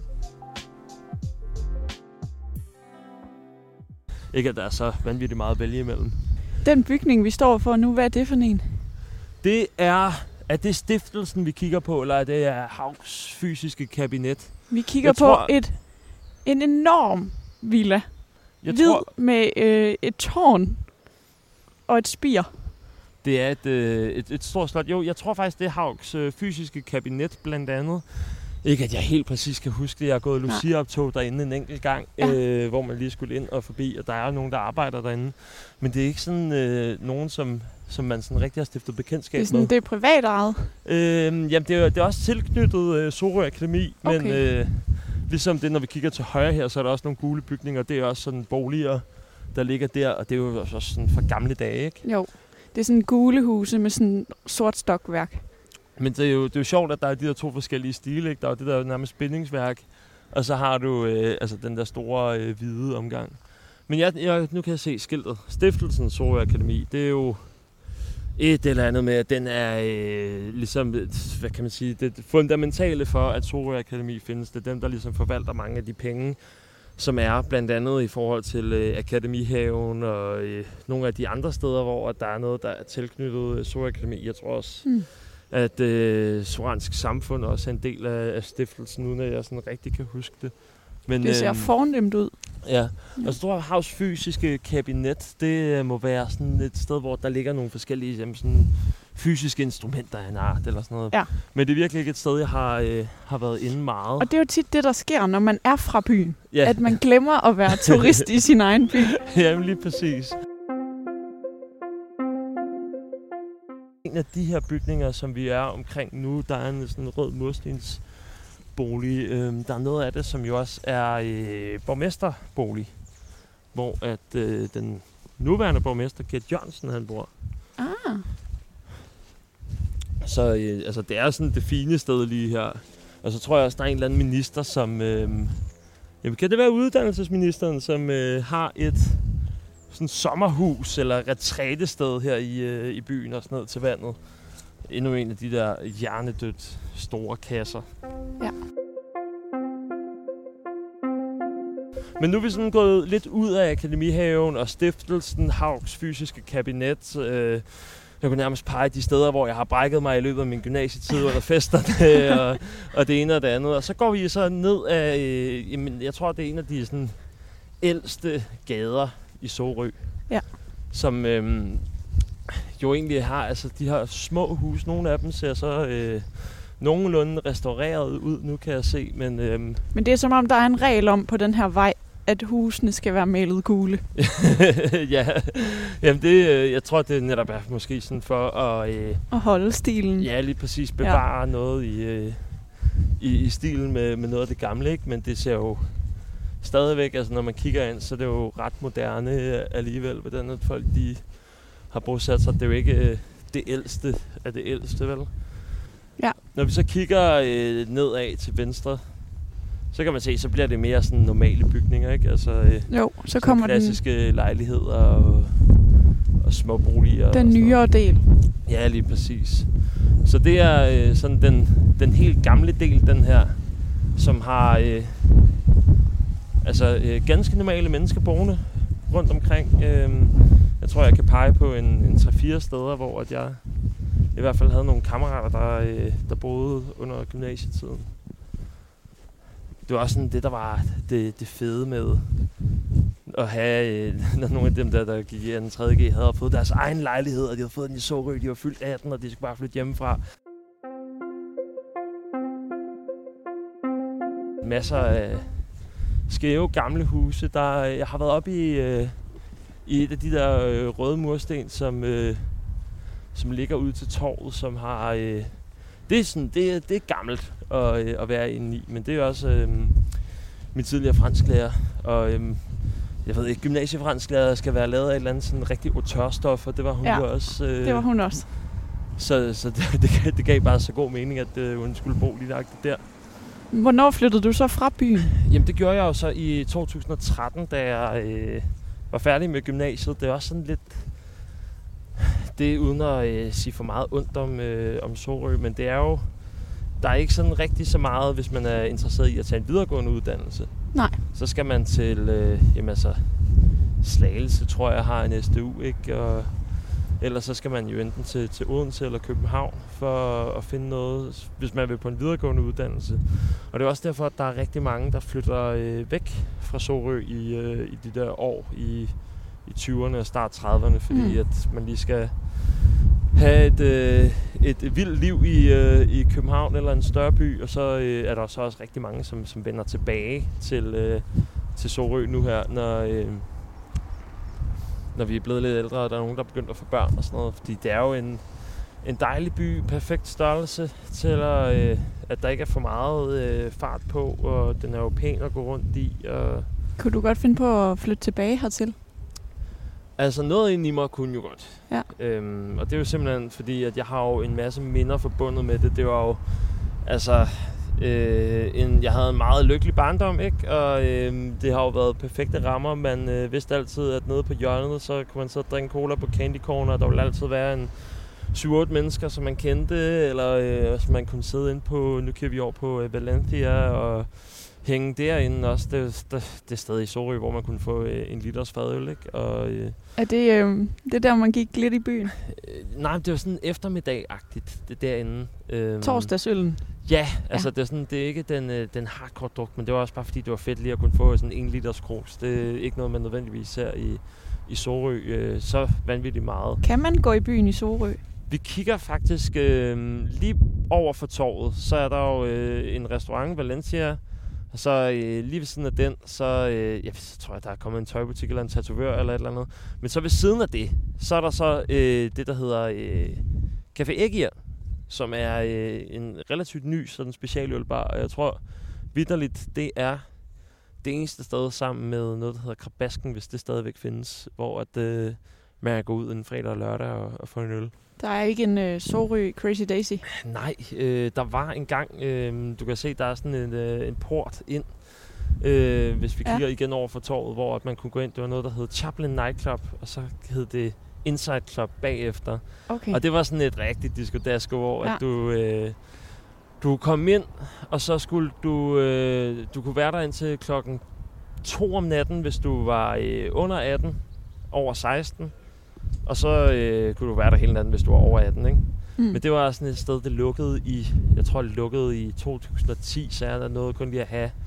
Ikke at der er så vanvittigt meget at vælge imellem. Den bygning, vi står for nu, hvad er det for en? Det er, er det stiftelsen, vi kigger på, eller er det er Haugs fysiske kabinet? Vi kigger jeg på tror, et, en enorm villa. Jeg Hvid tror, med øh, et tårn og et spir. det er et, øh, et, et stort slot. Jo, jeg tror faktisk, det er Haugs øh, fysiske kabinet blandt andet. Ikke at jeg helt præcis kan huske det. Jeg har gået Lucia-optog derinde en enkelt gang, ja. øh, hvor man lige skulle ind og forbi, og der er nogen, der arbejder derinde. Men det er ikke sådan øh, nogen, som, som man sådan rigtig har stiftet bekendtskab med. Det er, sådan, det er privat ejet? Øh, jamen, det er, det er også tilknyttet øh, Sorø Akademi, okay. Men øh, ligesom det, når vi kigger til højre her, så er der også nogle gule bygninger. Det er også sådan boliger, der ligger der, og det er jo også sådan fra gamle dage, ikke? Jo, det er sådan gule huse med sådan sort stokværk. Men det er, jo, det er jo sjovt, at der er de der to forskellige stile, ikke? Der er det der nærmest bindingsværk, og så har du øh, altså den der store øh, hvide omgang. Men jeg, jeg, nu kan jeg se skiltet. Stiftelsen Sorø Akademi, det er jo et eller andet med, at den er øh, ligesom, hvad kan man sige, det fundamentale for, at Sorø Akademi findes. Det er dem, der ligesom forvalter mange af de penge, som er blandt andet i forhold til øh, Akademihaven og øh, nogle af de andre steder, hvor der er noget, der er tilknyttet øh, Sorø Akademi. Jeg tror også, hmm. at øh, Soransk Samfund også er en del af, af stiftelsen, uden at jeg sådan rigtig kan huske det. Men, det ser øh, fornemt ud. Ja, og så tror jeg, at Haugs fysiske kabinet, det må være sådan et sted, hvor der ligger nogle forskellige jamen, sådan fysiske instrumenter af en art eller sådan noget. Ja. Men det er virkelig ikke et sted, jeg har, øh, har været inde meget. Og det er jo tit det, der sker, når man er fra byen. Ja. At man glemmer at være turist i sin egen by. Jamen lige præcis. En af de her bygninger, som vi er omkring nu, der er en sådan rød murstens bolig. Øhm, der er noget af det, som jo også er øh, borgmesterbolig, hvor at øh, den nuværende borgmester, Gert Jørgensen, han bor. Ah. Så øh, altså, det er sådan det fine sted lige her. Og så tror jeg også, der er en eller anden minister, som... Øh, jamen, kan det være uddannelsesministeren, som øh, har et sådan sommerhus eller retrætested her i, øh, i byen og sådan noget til vandet. Endnu en af de der hjernedødt store kasser. Ja. Men nu er vi sådan gået lidt ud af Akademihaven og stiftelsen Haugs fysiske kabinet. Øh, jeg kunne nærmest pege de steder, hvor jeg har brækket mig i løbet af min gymnasietid under festerne og, og det ene og det andet. Og så går vi så ned af, øh, jamen, jeg tror, det er en af de sådan ældste gader i Sorø. Ja. Som øh, jo egentlig har, altså de her små huse, nogle af dem ser så øh, nogenlunde restaureret ud, nu kan jeg se, men... Øh, men det er som om, der er en regel om på den her vej, at husene skal være malet gule. Ja, jamen det, øh, jeg tror, det netop er måske sådan for at... Øh, at holde stilen. Ja, lige præcis bevare ja. noget i, øh, i, i stilen med, med noget af det gamle, ikke? Men det ser jo stadigvæk, altså når man kigger ind, så er det jo ret moderne alligevel, hvordan at folk de har bosat sig. Det er jo ikke øh, det ældste af det ældste, vel? Ja. Når vi så kigger øh, nedad til venstre, så kan man se, så bliver det mere sådan normale bygninger, ikke? Altså øh, jo, så kommer klassiske den... lejligheder og, og småboliger. Den nyere del. Ja, lige præcis. Så det er øh, sådan den, den helt gamle del, den her, som har øh, altså øh, ganske normale mennesker boende rundt omkring. Øh, jeg tror, jeg kan pege på en, en tre fire steder, hvor at jeg i hvert fald havde nogle kammerater, der, øh, der boede under gymnasietiden. Det var også sådan det, der var det, det fede med at have, øh, når nogle af dem, der, der gik i anden tredje G, havde fået deres egen lejlighed, og de havde fået den i Sorø, de var fyldt atten, og de skulle bare flytte hjemmefra. Masser af skæve gamle huse. Der, jeg har været oppe i, øh, i et af de der øh, røde mursten, som, øh, som ligger ud til torvet, som har... Øh, det, er sådan, det, det er gammelt at, øh, at være inde i, men det er også øh, min tidligere fransklærer. Og øh, jeg ved ikke, gymnasiefransk skal, skal være lavet af et eller andet sådan rigtig autørstof, og det var hun ja, jo også. Øh, det var hun også. Så, så det, det, det gav bare så god mening, at øh, hun skulle bo lige nøjagtigt der. Hvornår flyttede du så fra byen? Jamen det gjorde jeg jo så i to tusind og tretten, da jeg øh, var færdig med gymnasiet. Det er også sådan lidt, det er uden at øh, sige for meget ondt om, øh, om Sorø, men det er jo, der er ikke sådan rigtig så meget, hvis man er interesseret i at tage en videregående uddannelse. Nej. Så skal man til, øh, jamen altså, Slagelse, tror jeg, har en S D U, ikke? Og ellers så skal man jo enten til, til Odense eller København for at finde noget, hvis man vil på en videregående uddannelse. Og det er også derfor, at der er rigtig mange, der flytter øh, væk fra Sorø i, øh, i de der år i, i tyverne og start trediverne, fordi mm. at man lige skal have et, øh, et vildt liv i, øh, i København eller en større by, og så øh, er der så også rigtig mange, som, som vender tilbage til, øh, til Sorø nu her, når... Øh, når vi er blevet lidt ældre, og der er nogen, der er begyndt at få børn og sådan noget. Fordi det er jo en, en dejlig by, perfekt størrelse til, at, øh, at der ikke er for meget øh, fart på, og den er jo pæn at gå rundt i. Og kunne du godt finde på at flytte tilbage hertil? Altså noget ind i mig kunne jo godt. Ja. Øhm, og det er jo simpelthen fordi, at jeg har jo en masse minder forbundet med det. Det var jo, altså... Øh, en, jeg havde en meget lykkelig barndom, ikke? Og øh, det har jo været perfekte rammer. Man øh, vidste altid, at nede på hjørnet, så kunne man sidde og drikke cola på Candy Corner. Der ville altid være en syv otte mennesker, som man kendte, eller øh, som man kunne sidde ind på, nu kan vi over på øh, Valencia og hænge derinde også. Det, det, det sted i Sorø, hvor man kunne få øh, en liters fadøl, ikke? Og, øh, er det, øh, det er der, man gik lidt i byen? Øh, nej, det var sådan eftermiddag-agtigt, det derinde. Øh, Torsdagsøllen? Ja, altså ja. Det er sådan, det er ikke den, øh, den hardcore druk, men det var også bare fordi, det var fedt lige at kunne få sådan en liters krus. Det er ikke noget, man nødvendigvis ser i, i Sorø øh, så vanvittigt meget. Kan man gå i byen i Sorø? Vi kigger faktisk øh, lige over for torvet, så er der jo øh, en restaurant, Valencia, og så øh, lige ved siden af den, så, øh, ja, så tror jeg, der er kommet en tøjbutik eller en tatovør eller et eller andet. Men så ved siden af det, så er der så øh, det, der hedder øh, Café Ægir, som er øh, en relativt ny sådan specialølbar, og jeg tror vitterligt, det er det eneste sted sammen med noget, der hedder Krabasken, hvis det stadigvæk findes, hvor at, øh, man kan gå ud en fredag og lørdag og, og få en øl. Der er ikke en øh, Sorø Crazy Daisy? Nej, øh, der var engang, øh, du kan se, der er sådan en, øh, en port ind, øh, hvis vi ja. kigger igen over for torvet, hvor at man kunne gå ind. Det var noget, der hed Chaplin Nightclub, og så hed det Inside Club bagefter. Okay. Og det var sådan et rigtigt disco-dasko, hvor ja. at du, øh, du kom ind, og så skulle du, øh, du kunne være der indtil klokken to om natten, hvis du var øh, under atten, over seksten. Og så øh, kunne du være der hele natten, hvis du var over atten, ikke? Mm. Men det var sådan et sted, det lukkede i, jeg tror det lukkede i to tusind og ti, så er der noget kun lige at have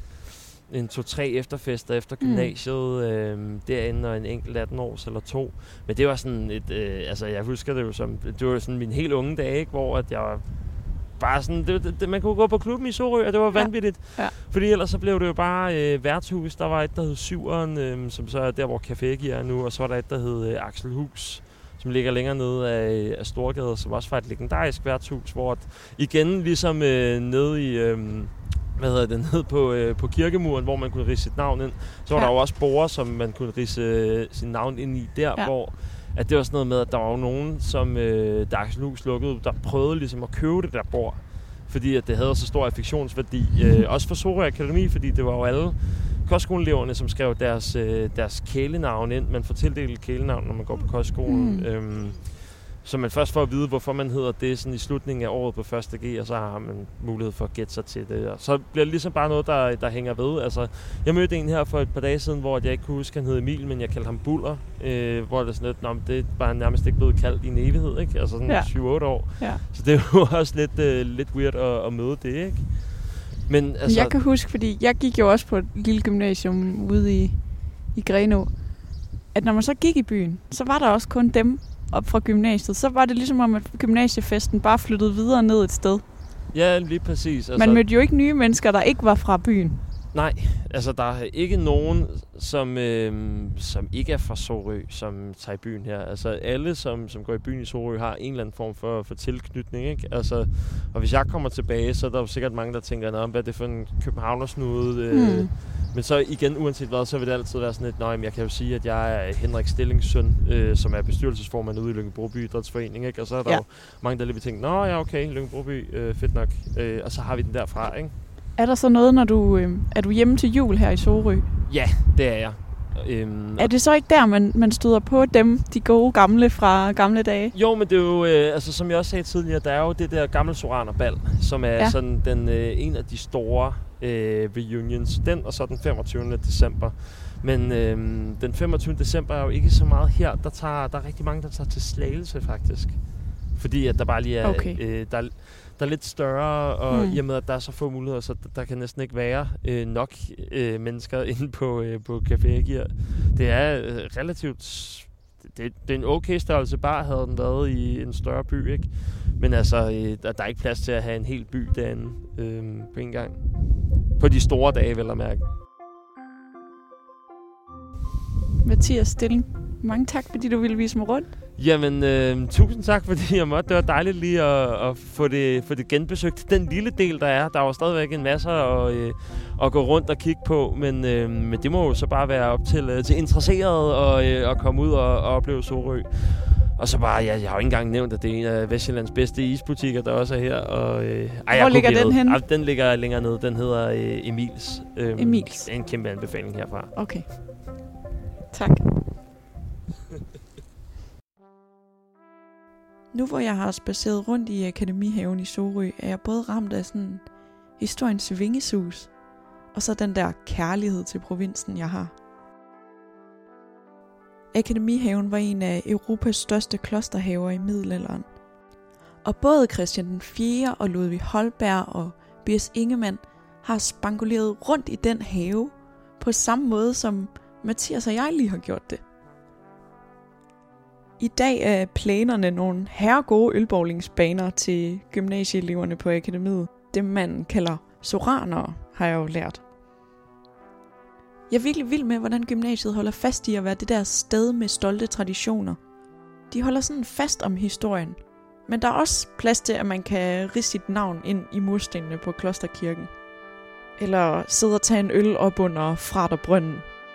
en to-tre efterfester efter gymnasiet mm. øh, derinde, og en enkelt atten års eller to. Men det var sådan et, øh, altså jeg husker det jo som, det var sådan min helt unge dage, ikke? Hvor at jeg bare sådan, det, det, man kunne gå på klubben i Sorø, og det var vanvittigt. Ja. Ja. Fordi ellers så blev det jo bare øh, værtshus. Der var et, der hed Syveren, øh, som så er der, hvor Café Ægir er nu, og så var der et, der hed øh, Axelhus, som ligger længere nede af, af Storgade, som også var et legendarisk værtshus, hvor at, igen ligesom øh, nede i, øh, hvad hedder det, nede på, øh, på kirkemuren, hvor man kunne ridse sit navn ind, så var ja. der jo også borde, som man kunne ridse øh, sin navn ind i der, ja. hvor at det var sådan noget med, at der var jo nogen, som øh, da Axelhus lukkede, der prøvede ligesom at købe det der bord, fordi at det havde så stor affektionsværdi. Øh, også for Sorø Akademi, fordi det var jo alle kostskoleeleverne, som skrev deres, øh, deres kælenavn ind. Man får tildelt kælenavn, når man går på kostskolen. Mm. Øhm, så man først får at vide, hvorfor man hedder det sådan i slutningen af året på første G, og så har man mulighed for at gætte sig til det. Og så bliver det ligesom bare noget, der, der hænger ved. Altså, jeg mødte en her for et par dage siden, hvor jeg ikke kunne huske, han hed Emil, men jeg kaldte ham Buller. Øh, hvor det er sådan lidt, nå, det er bare nærmest ikke blevet kaldt i en evighed, ikke? Altså sådan ja. syv otte år. Ja. Så det er jo også lidt, øh, lidt weird at, at møde det, ikke? Men altså, jeg kan huske, fordi jeg gik jo også på et lille gymnasium ude i, i Grenå, at når man så gik i byen, så var der også kun dem op fra gymnasiet. Så var det ligesom om, at gymnasiefesten bare flyttede videre ned et sted. Ja, lige præcis. Altså, man mødte jo ikke nye mennesker, der ikke var fra byen. Nej, altså der er ikke nogen, som, øh, som ikke er fra Sorø, som tager i byen her. Altså alle, som, som går i byen i Sorø, har en eller anden form for, for tilknytning, ikke? Altså, og hvis jeg kommer tilbage, så er der jo sikkert mange, der tænker, hvad er det for en københavnersnude øh, mm. men så igen, uanset hvad, så vil det altid være sådan et, nej, jeg kan jo sige, at jeg er Henrik Stillings søn, øh, som er bestyrelsesformand ude i Lyngby Broby Idrætsforening, ikke? Og så er der ja. jo mange, der lige vil tænke, nå ja, okay, Lyngby Broby, øh, fedt nok. Øh, og så har vi den derfra, ikke? Er der så noget, når du øh, er du hjemme til jul her i Sorø? Ja, det er jeg. Øhm, er det så ikke der, man, man støder på dem, de gode gamle fra gamle dage? Jo, men det er jo, øh, altså som jeg også sagde tidligere, der er jo det der gamle Soranerbal, som er ja. sådan den, øh, en af de store øh, reunions. Den og så den femogtyvende december. Men øh, den femogtyvende december er jo ikke så meget her. Der, tager, der er rigtig mange, der tager til Slagelse faktisk. Fordi at der bare lige er, okay. øh, der, der er lidt større, og mm. i og med, at der er så få muligheder, så der, der kan næsten ikke være øh, nok øh, mennesker inde på, øh, på Café Ægir. Det er øh, relativt... Det, det er en okay størrelse bar, havde den været i en større by, ikke? Men altså, øh, der, der er ikke plads til at have en hel by derinde øh, på en gang. På de store dage, vel at mærke. Mathias Stilling, mange tak, fordi du ville vise mig rundt. Jamen, øh, tusind tak, fordi jeg måtte. Det var dejligt lige at, at få, det, få det genbesøgt. Den lille del, der er, der er jo stadigvæk en masse at, øh, at gå rundt og kigge på, men, øh, men det må jo så bare være op til, øh, til interesserede og, øh, at komme ud og, og opleve Sorø. Og så bare, ja, jeg har jo ikke engang nævnt, at det er en af Vestjyllands bedste isbutikker, der også er her. Og, øh, ej, hvor ligger den henne? Ej, den ligger længere nede. Den hedder øh, Emils. Øh, Emils. Det er en kæmpe anbefaling herfra. Okay. Tak. Nu hvor jeg har spaceret rundt i Akademihaven i Sorø, er jeg både ramt af sådan historiens vingesus, og så den der kærlighed til provinsen, jeg har. Akademihaven var en af Europas største klosterhaver i middelalderen. Og både Christian den fjerde og Ludvig Holberg og B S Ingemann har spankuleret rundt i den have på samme måde som Mathias og jeg lige har gjort det. I dag er planerne nogle herregode ølbowlingsbaner til gymnasieeleverne på akademiet. Dem man kalder soranere, har jeg jo lært. Jeg er virkelig vild med, hvordan gymnasiet holder fast i at være det der sted med stolte traditioner. De holder sådan fast om historien, men der er også plads til, at man kan ridse sit navn ind i murstenene på Klosterkirken. Eller sidde og tage en øl op under Fraterbrønden.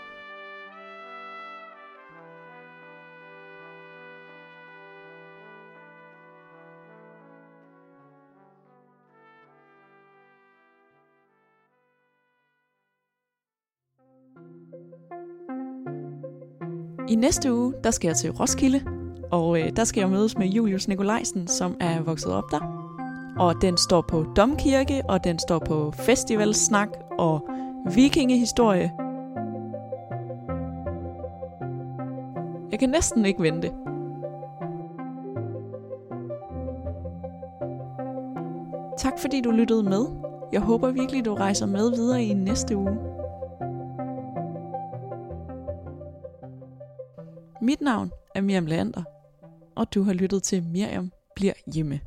I næste uge, der skal jeg til Roskilde, og øh, der skal jeg mødes med Julius Nikolajsen, som er vokset op der. Og den står på Domkirke, og den står på festivalsnak og vikingehistorie. Jeg kan næsten ikke vente. Tak fordi du lyttede med. Jeg håber virkelig, du rejser med videre i næste uge. Mit navn er Miriam Leander, og du har lyttet til Miriam bliver hjemme.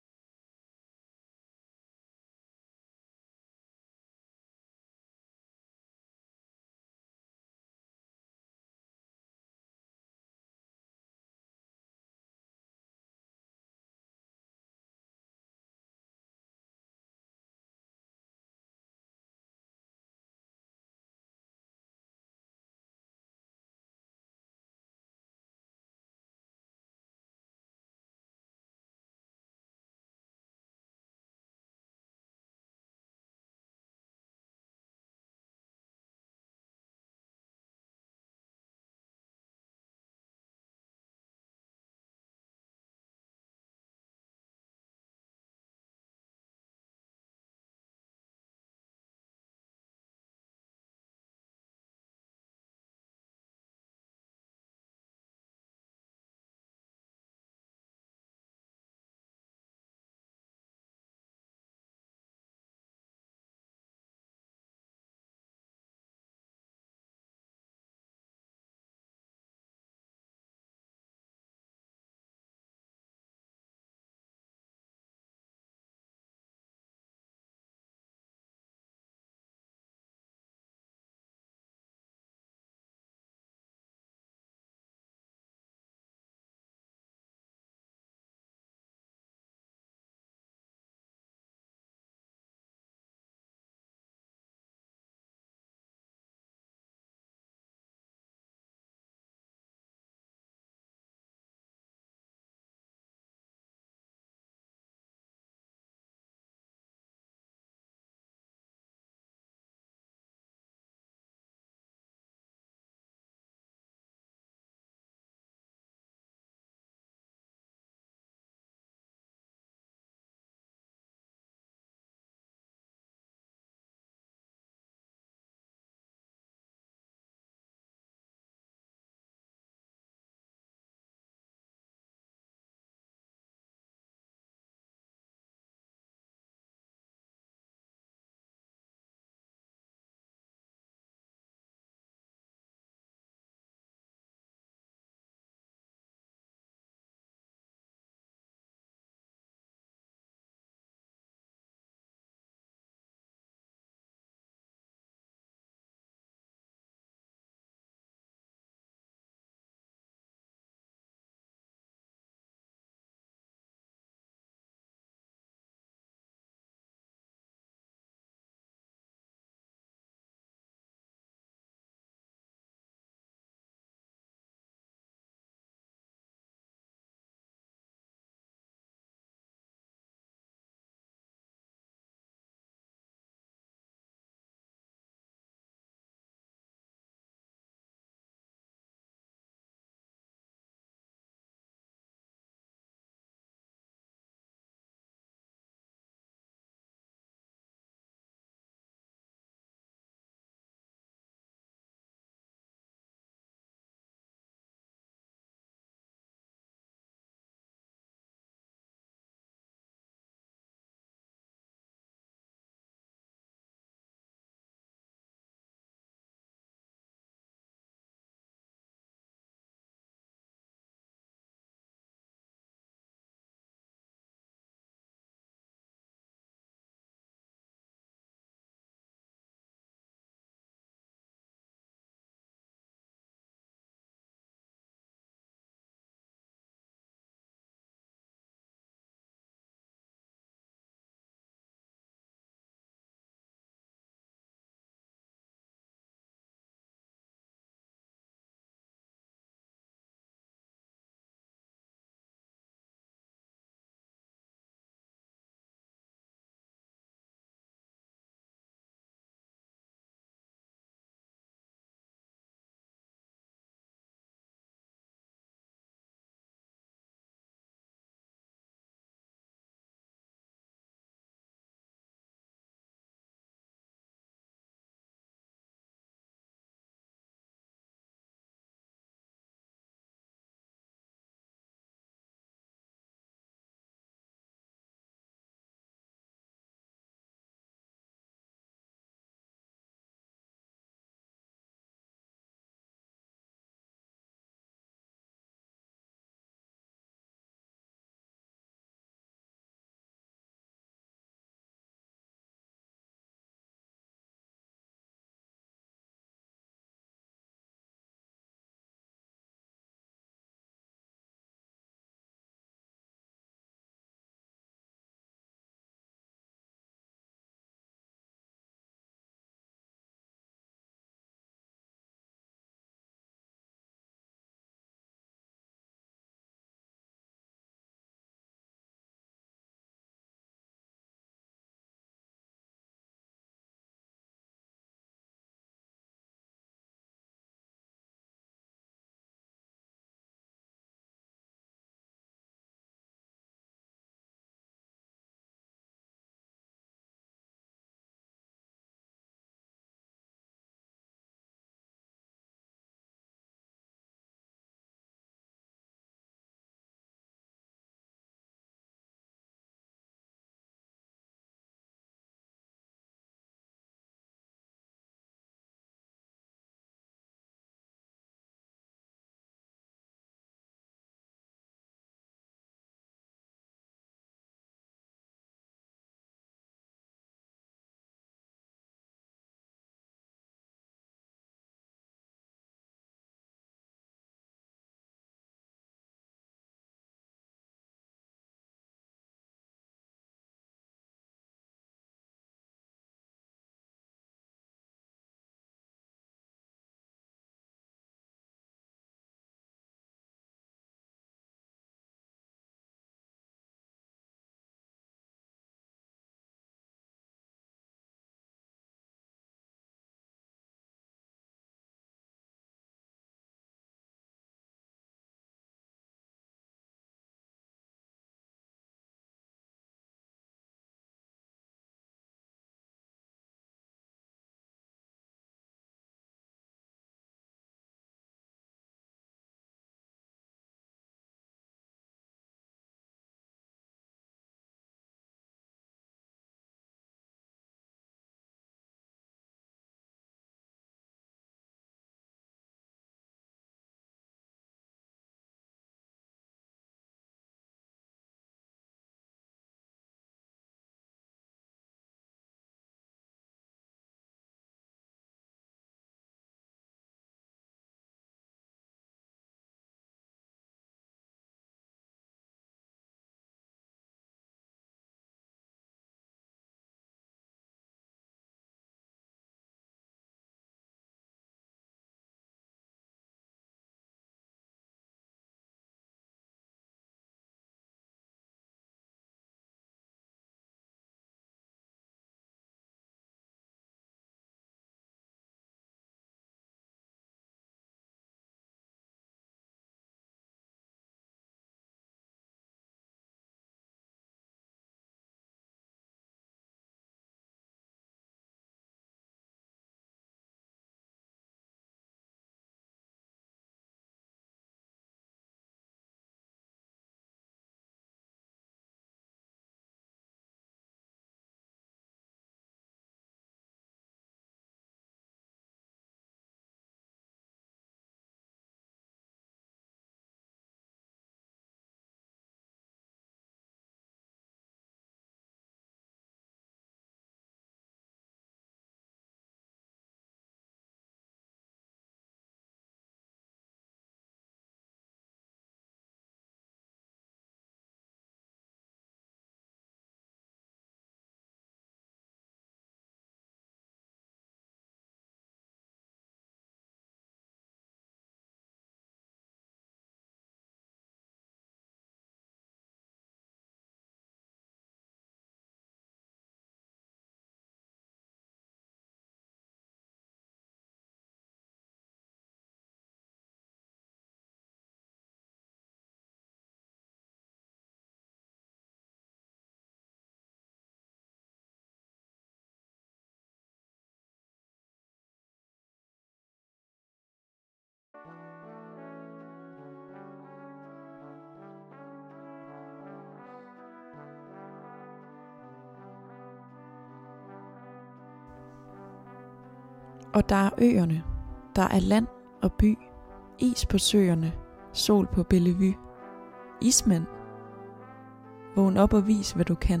Og der er øerne, der er land og by, is på søerne, sol på Bellevue. Ismand, vågn op og vis, hvad du kan.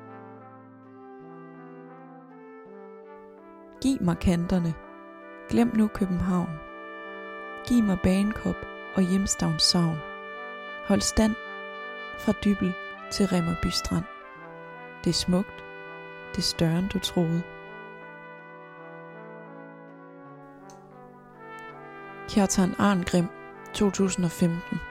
Giv mig kanterne, glem nu København. Giv mig Bagenkop og Hjemstavns savn. Hold stand fra Dybbøl til Rimmerby Strand. Det er smukt, det er større end du troede. Kjartan Arngrim, to tusind og femten.